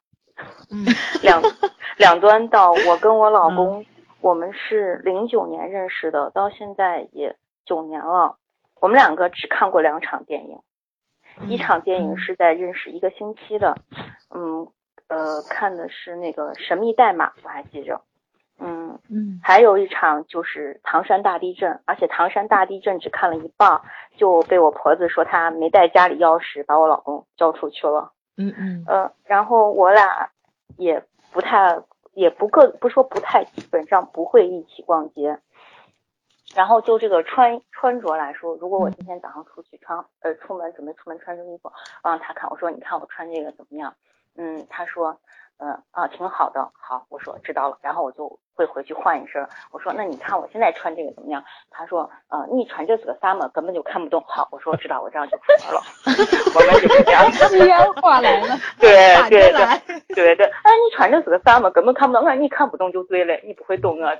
两端到我跟我老公，我们是09年认识的，到现在也9年了。我们2个只看过2场电影，一场电影是在认识1个星期的，看的是那个《神秘代码》，我还记着。还有一场就是唐山大地震，而且唐山大地震只看了一半，就被我婆子说她没带家里钥匙，把我老公交出去了。然后我俩也不说不太，基本上不会一起逛街。然后就这个穿着来说，如果我今天早上出门准备出门穿这个衣服，我让他看，我说你看我穿这个怎么样？他说挺好的。好，我说知道了，然后我就会回去换一身。我说那你看我现在穿这个怎么样？他说你穿这是个啥嘛，根本就看不懂。好，我说知道，我这样就出门了。我们就是这样。 西安话来了。 对，你穿这是个啥嘛，根本看不懂。你看不懂就对了，你不会懂我的。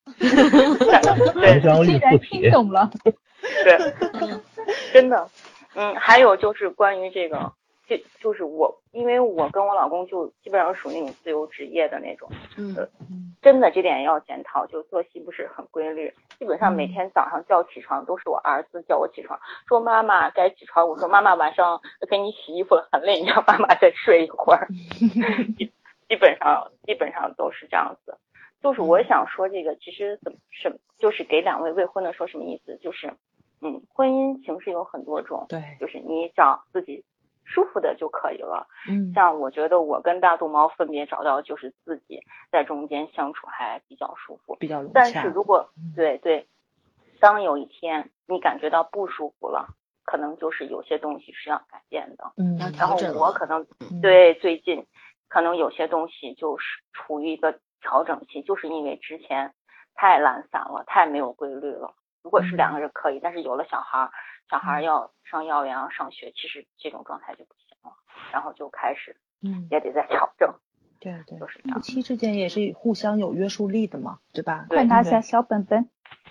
对， 既然听懂了。 对，真的。还有就是关于这个。就是因为我跟我老公就基本上属于那种自由职业的那种，真的这点要检讨，就作息不是很规律，基本上每天早上叫起床都是我儿子叫我起床，说妈妈该起床，我说妈妈晚上给你洗衣服了很累，你让妈妈再睡一会儿。基本上都是这样子。就是我想说这个其实就是给2位未婚的说什么意思，就是婚姻形式有很多种， 对， 就是你找自己舒服的就可以了。像我觉得我跟大肚猫分别找到就是自己在中间相处还比较舒服， 比较融洽。 但是如果对，当有一天你感觉到不舒服了，可能就是有些东西是要改变的。然后我可能最近可能有些东西就是处于一个调整期，就是因为之前太懒散了，太没有规律了。如果是2个人可以，但是有了小孩要上幼儿园要上学，其实这种状态就不行了，然后就开始也得再调整。 对对， 就是这样。 夫妻之间也是互相有约束力的嘛，对吧？ 快拿下小本本。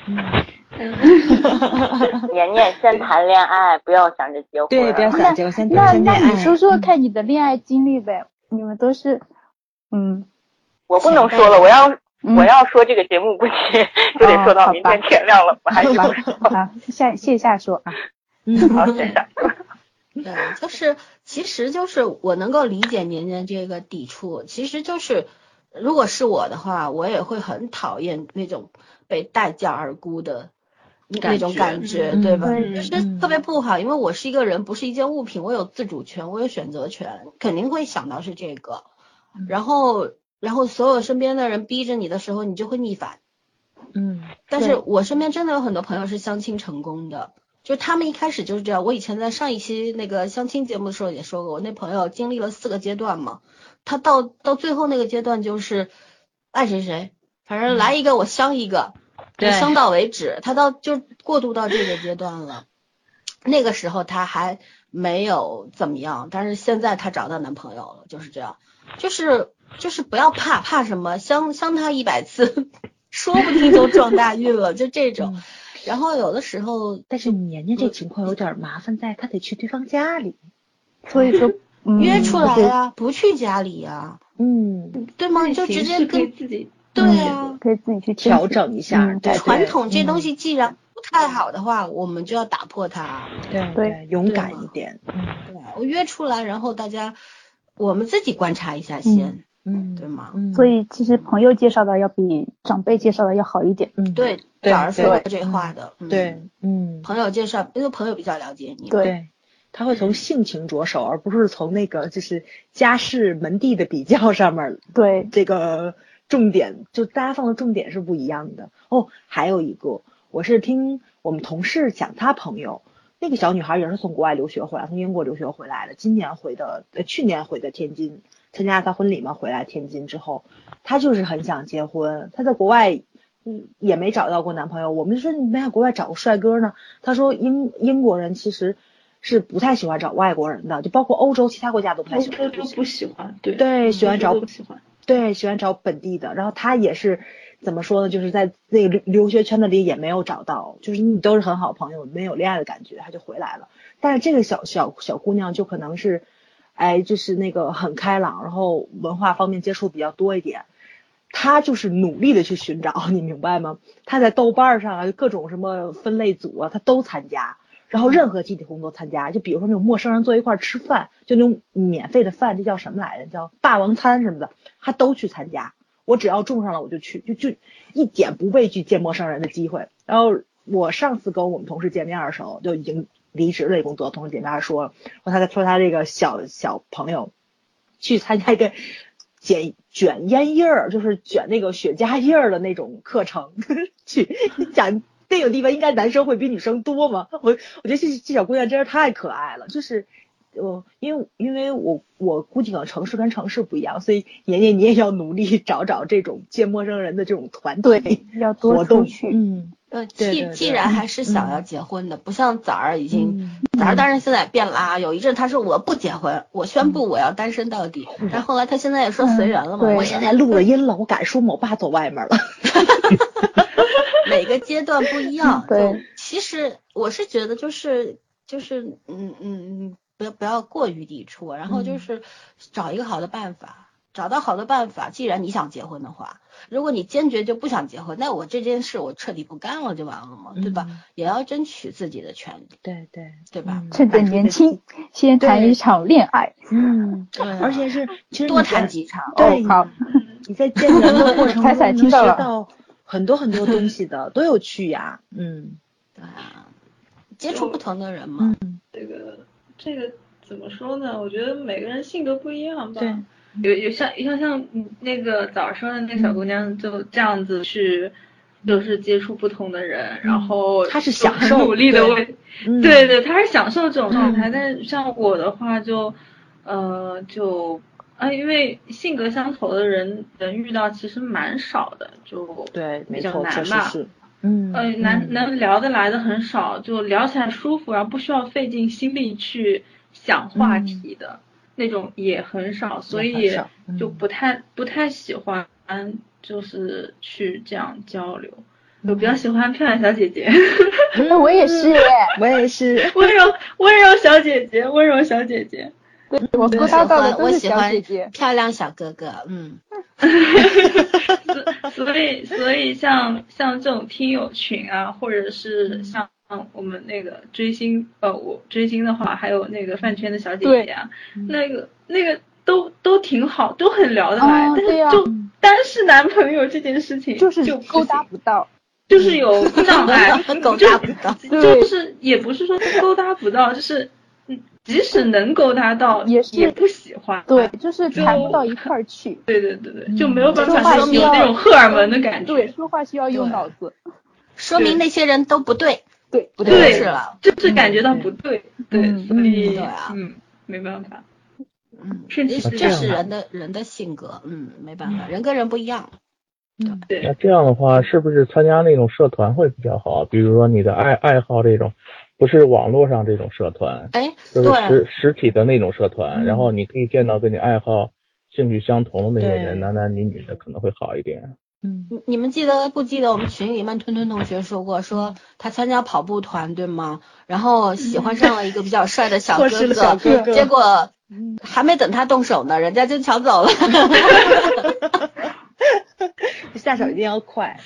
年年先谈恋爱，不要想着结婚。 对，不要想结婚，先那恋爱。 你说说看你的恋爱经历呗？你们都是我不能说了，我要说这个节目估计就得说到明天天亮了，我还是不说。 好，线下说啊。 好，线下说。 对，其实我能够理解年年这个抵触，其实如果是我的话，我也会很讨厌那种被待价而沽的那种感觉，对吧？就是特别不好，因为我是一个人，不是一件物品，我有自主权，我有选择权，肯定会想到是这个。然后所有身边的人逼着你的时候，你就会逆反。但是我身边真的有很多朋友是相亲成功的。就他们一开始就是这样，我以前在上一期那个相亲节目的时候也说过，我那朋友经历了4个阶段嘛，他到最后那个阶段就是爱谁谁，反正来一个我相一个，相到为止，他就过渡到这个阶段了。那个时候他还没有怎么样，但是现在他找到男朋友了，就是这样，就是不要怕什么，相他100次，说不定就撞大运了，就这种。然后有的时候， 但是年年这情况有点麻烦，在他得去对方家里， 所以说约出来呀，不去家里呀，对吗？你就直接跟自己对呀， 可以自己去调整一下。 传统这东西既然不太好的话，我们就要打破它。 对，勇敢一点。 对，我约出来，然后我们自己观察一下先。对吗？ 所以其实朋友介绍的要比长辈介绍的要好一点。 对，早上说这话的。 对， 朋友介绍，因为朋友比较了解你。 对，他会从性情着手，而不是从那个就是家世门第的比较上面。 对， 这个重点就大家放的重点是不一样的。还有一个，我是听我们同事讲他朋友，那个小女孩也是从国外留学回来，从英国留学回来的，去年回的天津。参加他婚礼嘛，回来天津之后，他就是很想结婚。他在国外，也没找到过男朋友。我们就说你没在国外找个帅哥呢？他说英国人其实是不太喜欢找外国人的，就包括欧洲其他国家都不太喜欢。 都不喜欢， 对，喜欢找本地的。然后他也是怎么说呢？就是在那个留学圈子里也没有找到，就是你都是很好朋友，没有恋爱的感觉，他就回来了。但是这个小姑娘就可能是。就是那个很开朗，然后文化方面接触比较多一点，他就是努力的去寻找，你明白吗？他在豆瓣上啊，各种什么分类组啊，他都参加，然后任何集体活动都参加，就比如说那种陌生人坐一块吃饭，就那种免费的饭，这叫什么来着？叫霸王餐什么的，他都去参加。我只要中上了我就去，就一点不畏惧见陌生人的机会。然后我上次跟我们同事见面的时候，就已经离职了工作，同事见面说他这个小朋友去参加一个卷烟叶儿，就是卷那个雪茄叶儿的那种课程去讲那种地方应该男生会比女生多嘛。我觉得这小姑娘真是太可爱了，就是因为我估计可能城市跟城市不一样，所以年年你也要努力找这种见陌生人的这种团体要多出去。 既然还是想要结婚的，不像早儿已经早儿当然现在也变了啊，有一阵他说我不结婚，我宣布我要单身到底，但后来他现在也说随缘了嘛。 我现在录了音了，我敢说我爸走外面了。 每个阶段不一样。 对， 其实我是觉得就是不要过于抵触，然后就是找一个好的办法，找到好的办法。既然你想结婚的话，如果你坚决就不想结婚，那我这件事我彻底不干了就完了嘛，对吧？也要争取自己的权利。对吧？ 趁着年轻，先谈一场恋爱。 对，而且是其实多谈几场。 对， 好， 你在见人的过程中能学到很多东西的，多有趣呀。 对啊，接触不同的人嘛。 这个怎么说呢？我觉得每个人性格不一样吧。 对， 有像那个早说的那小姑娘就这样子去，就是接触不同的人，然后她是享受努力的对，她是享受这种状态。但是像我的话因为性格相投的人遇到其实蛮少的，就对， 比较难吧。 能聊得来的很少，就聊起来舒服，然后不需要费尽心力去想话题的。 那种也很少，所以就不太喜欢就是去这样交流。我比较喜欢漂亮小姐姐。 我也是耶， 我也是温柔小姐姐，温柔小姐姐。 对，我勾搭到的都是小姐姐， 漂亮小哥哥， 所以像这种听友群啊，或者是像我们那个追星，我追星的话，还有那个饭圈的小姐姐啊，那个都挺好，都很聊得来，但是就单是男朋友这件事情就勾搭不到。 就是有障碍， 勾搭不到， 就是也不是说勾搭不到，就是即使能勾搭到，也不喜欢， 对，就是谈不到一块儿去， 对，就没有办法说明那种荷尔蒙的感觉， 对，说话需要用脑子， 说明那些人都不对， 对， 不对是了， 就是感觉到不对，对，所以对啊， 没办法， 这是人的性格，没办法，人跟人不一样。 对， 那这样的话，是不是参加那种社团会比较好？比如说你的爱好这种，不是网络上这种社团，就是实体的那种社团，然后你可以见到跟你爱好、兴趣相同的那些人，男男女女的可能会好一点。 你们不记得我们群里面吞吞同学说他参加跑步团对吗？然后喜欢上了一个比较帅的小哥哥，结果还没等他动手呢，人家就抢走了。 下手一定要快，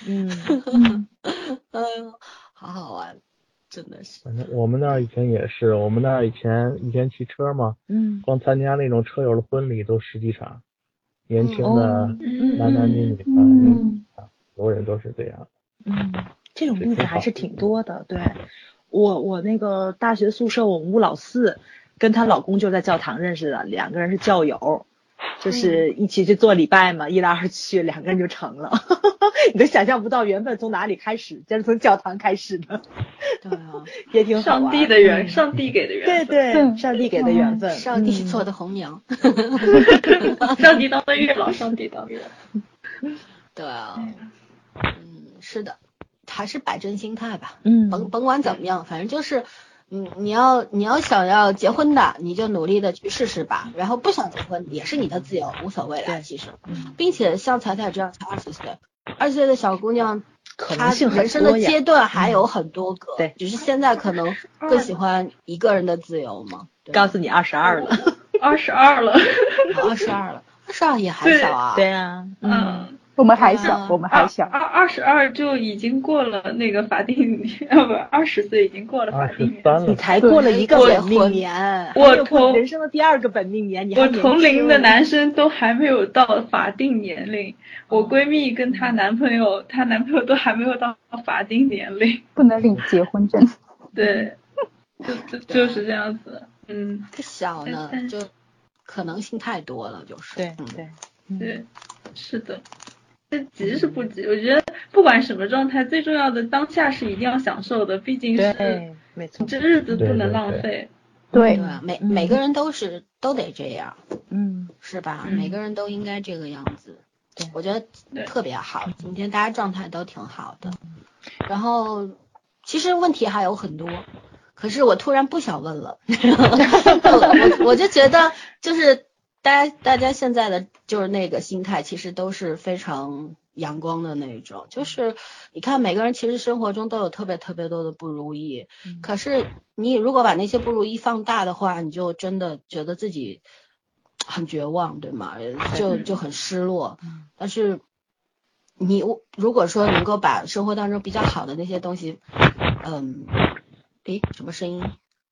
好好玩，真的是。 反正我们那儿以前也是，我们那儿以前骑车嘛，光参加那种车友的婚礼都10几场，年轻的男男女女的，很多人都是这样。 这种例子还是挺多的。对，我那个大学宿舍，我们屋老四跟她老公就在教堂认识的，2个人是教友。就是一起去做礼拜嘛，一来二去2个人就成了。你都想象不到缘分从哪里开始，就是从教堂开始的。 对啊， 也挺好玩。 上帝给的缘分。 对，上帝给的缘分。 上帝做的红娘。 上帝当的月老，上帝当月老。 对啊，是的，还是摆正心态吧。甭管怎么样，反正就是。你要想要结婚的，你就努力的去试试吧。然后不想结婚也是你的自由，无所谓了。其实，并且像彩彩这样才20岁，20岁的小姑娘，她人生的阶段还有很多个。 对， 只是现在可能更喜欢一个人的自由嘛。 告诉你22了 ，22了 ，22也还小啊。 对啊， 我们还小 ，22就已经过了那个法定年，20岁已经过了法定年， 你才过了一个本命年，我人生的第2个本命年， 我同龄的男生都还没有到法定年龄，我闺蜜跟她男朋友都还没有到法定年龄， 不能领结婚证。 对，就是这样子， 小呢，就可能性太多了，就是， 对，是的。急是不急，我觉得不管什么状态，最重要的当下是一定要享受的，毕竟是没错， 这日子不能浪费。 对，每个人都得这样，是吧？每个人都应该这个样子。对，我觉得特别好，今天大家状态都挺好的。然后其实问题还有很多，可是我突然不想问了。我就觉得就是大家现在的就是那个心态其实都是非常阳光的那种，就是你看每个人其实生活中都有特别特别多的不如意，可是你如果把那些不如意放大的话，你就真的觉得自己很绝望，对吗？就很失落。但是你如果说能够把生活当中比较好的那些东西，什么声音？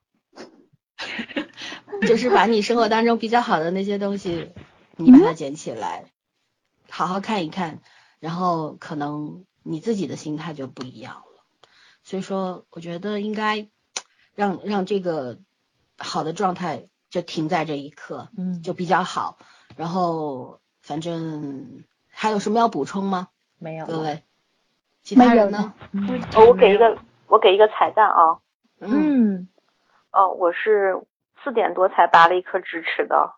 就是把你生活当中比较好的那些东西，你把它捡起来，好好看一看，然后可能你自己的心态就不一样了。所以说，我觉得应该让这个好的状态就停在这一刻，就比较好。然后，反正还有什么要补充吗？ 没有， 各位，其他人呢？ 我给一个彩蛋啊。我是4点多才拔了一颗智齿的，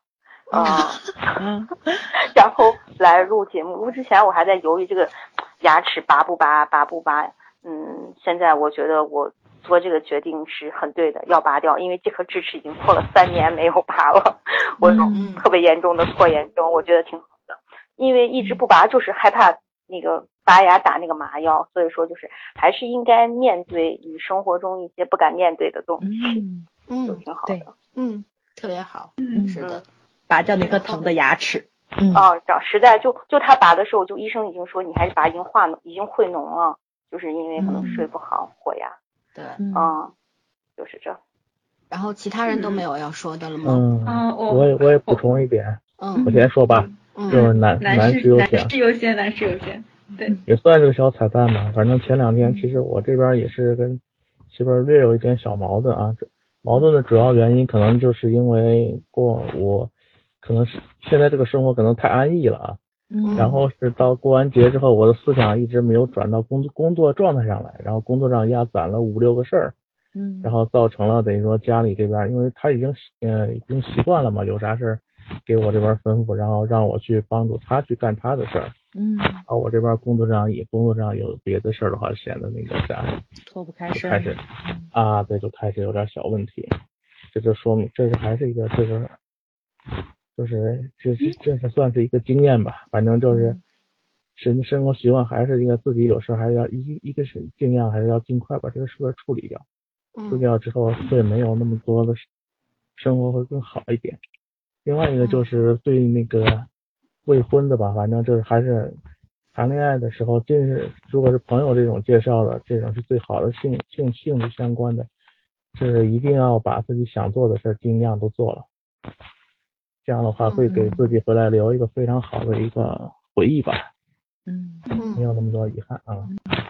然后来录节目。录之前我还在犹豫这个牙齿拔不拔。现在我觉得我做这个决定是很对的，要拔掉，因为这颗智齿已经错了3年没有拔了，我有特别严重的拖延症，我觉得挺好的，因为一直不拔就是害怕那个拔牙打那个麻药，所以说就是还是应该面对你生活中一些不敢面对的东西，就挺好的， 特别好，是的， 拔掉那颗疼的牙齿。 实在就他拔的时候，就医生已经说你还是拔，已经会脓了，就是因为可能睡不好火牙。 对， 就是这。 然后其他人都没有要说的了吗？ 我也补充一点，我先说吧，就是男士优先， 男士优先，对， 也算是个小彩蛋吧。反正前2天其实我这边也是跟媳妇略有一点小矛盾啊，矛盾的主要原因可能就是因为我可能是现在这个生活可能太安逸了啊，然后是到过完节之后，我的思想一直没有转到工作状态上来，然后工作上压攒了5-6个事儿，然后造成了等于说家里这边，因为他已经习惯了嘛，有啥事儿给我这边吩咐，然后让我去帮助他去干他的事儿，然后我这边工作上有别的事儿的话，显得那个啥脱不开身， 对，就开始有点小问题，这就说明这是还是一个这是算是一个经验吧，反正就是生活习惯还是应该自己有时候还是要一个是尽量还是要尽快把这个事儿处理掉，处理掉之后会没有那么多的生活会更好一点。另外一个就是对那个未婚的吧，反正就是还是谈恋爱的时候，真是如果是朋友这种介绍的，这种是最好的性质相关的，就是一定要把自己想做的事尽量都做了。这样的话会给自己回来留一个非常好的一个回忆吧，没有那么多遗憾啊。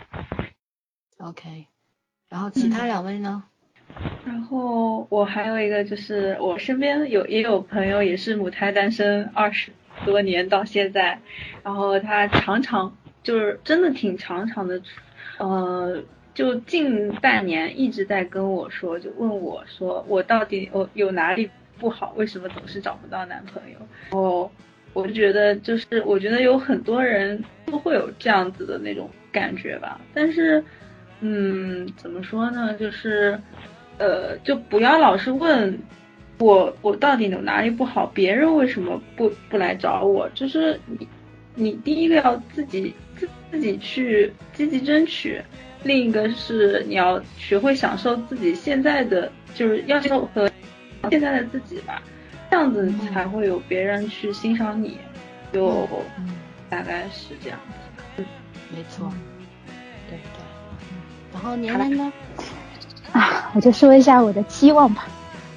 OK， 然后其他2位呢？ 然后我还有一个就是我身边也有朋友也是母胎单身20多年到现在，然后他常常就是真的挺常的，就近半年一直在跟我说，就问我说我到底有哪里不好，为什么总是找不到男朋友？然后我就觉得我觉得有很多人都会有这样子的那种感觉吧，但是怎么说呢，就是就不要老是问我到底有哪里不好，别人为什么不来找我，就是你第一个要自己去积极争取，另一个是你要学会享受自己现在的，就是要和现在的自己吧，这样子才会有别人去欣赏你，就大概是这样子。 没错，对。然后年龄呢？ 我就说一下我的期望吧。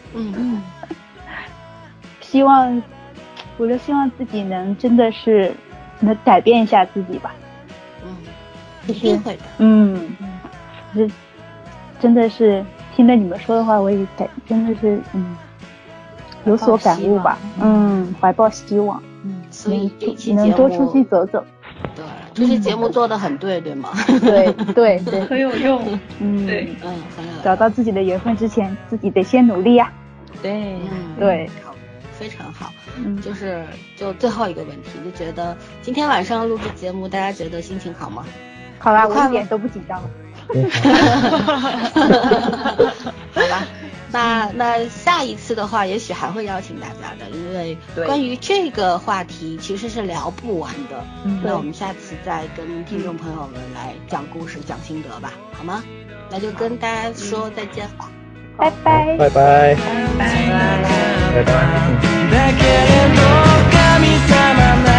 我就希望自己能真的是能改变一下自己吧。 一定会的。 就是真的是听了你们说的话，我也真的是有所感悟吧。怀抱希望。 所以这期能多出去走走。 对，这期节目做得很对吗？ 对， 很有用。对， 找到自己的缘分之前，自己得先努力呀。 对，非常好。就最后一个问题，就觉得今天晚上录制节目，大家觉得心情好吗？ 好啦，我一点都不紧张。 好吧。那下一次的话，也许还会邀请大家的，因为关于这个话题其实是聊不完的。那我们下次再跟听众朋友们来讲故事、讲心得吧，好吗？那就跟大家说再见吧， 拜拜， 拜拜， 拜拜。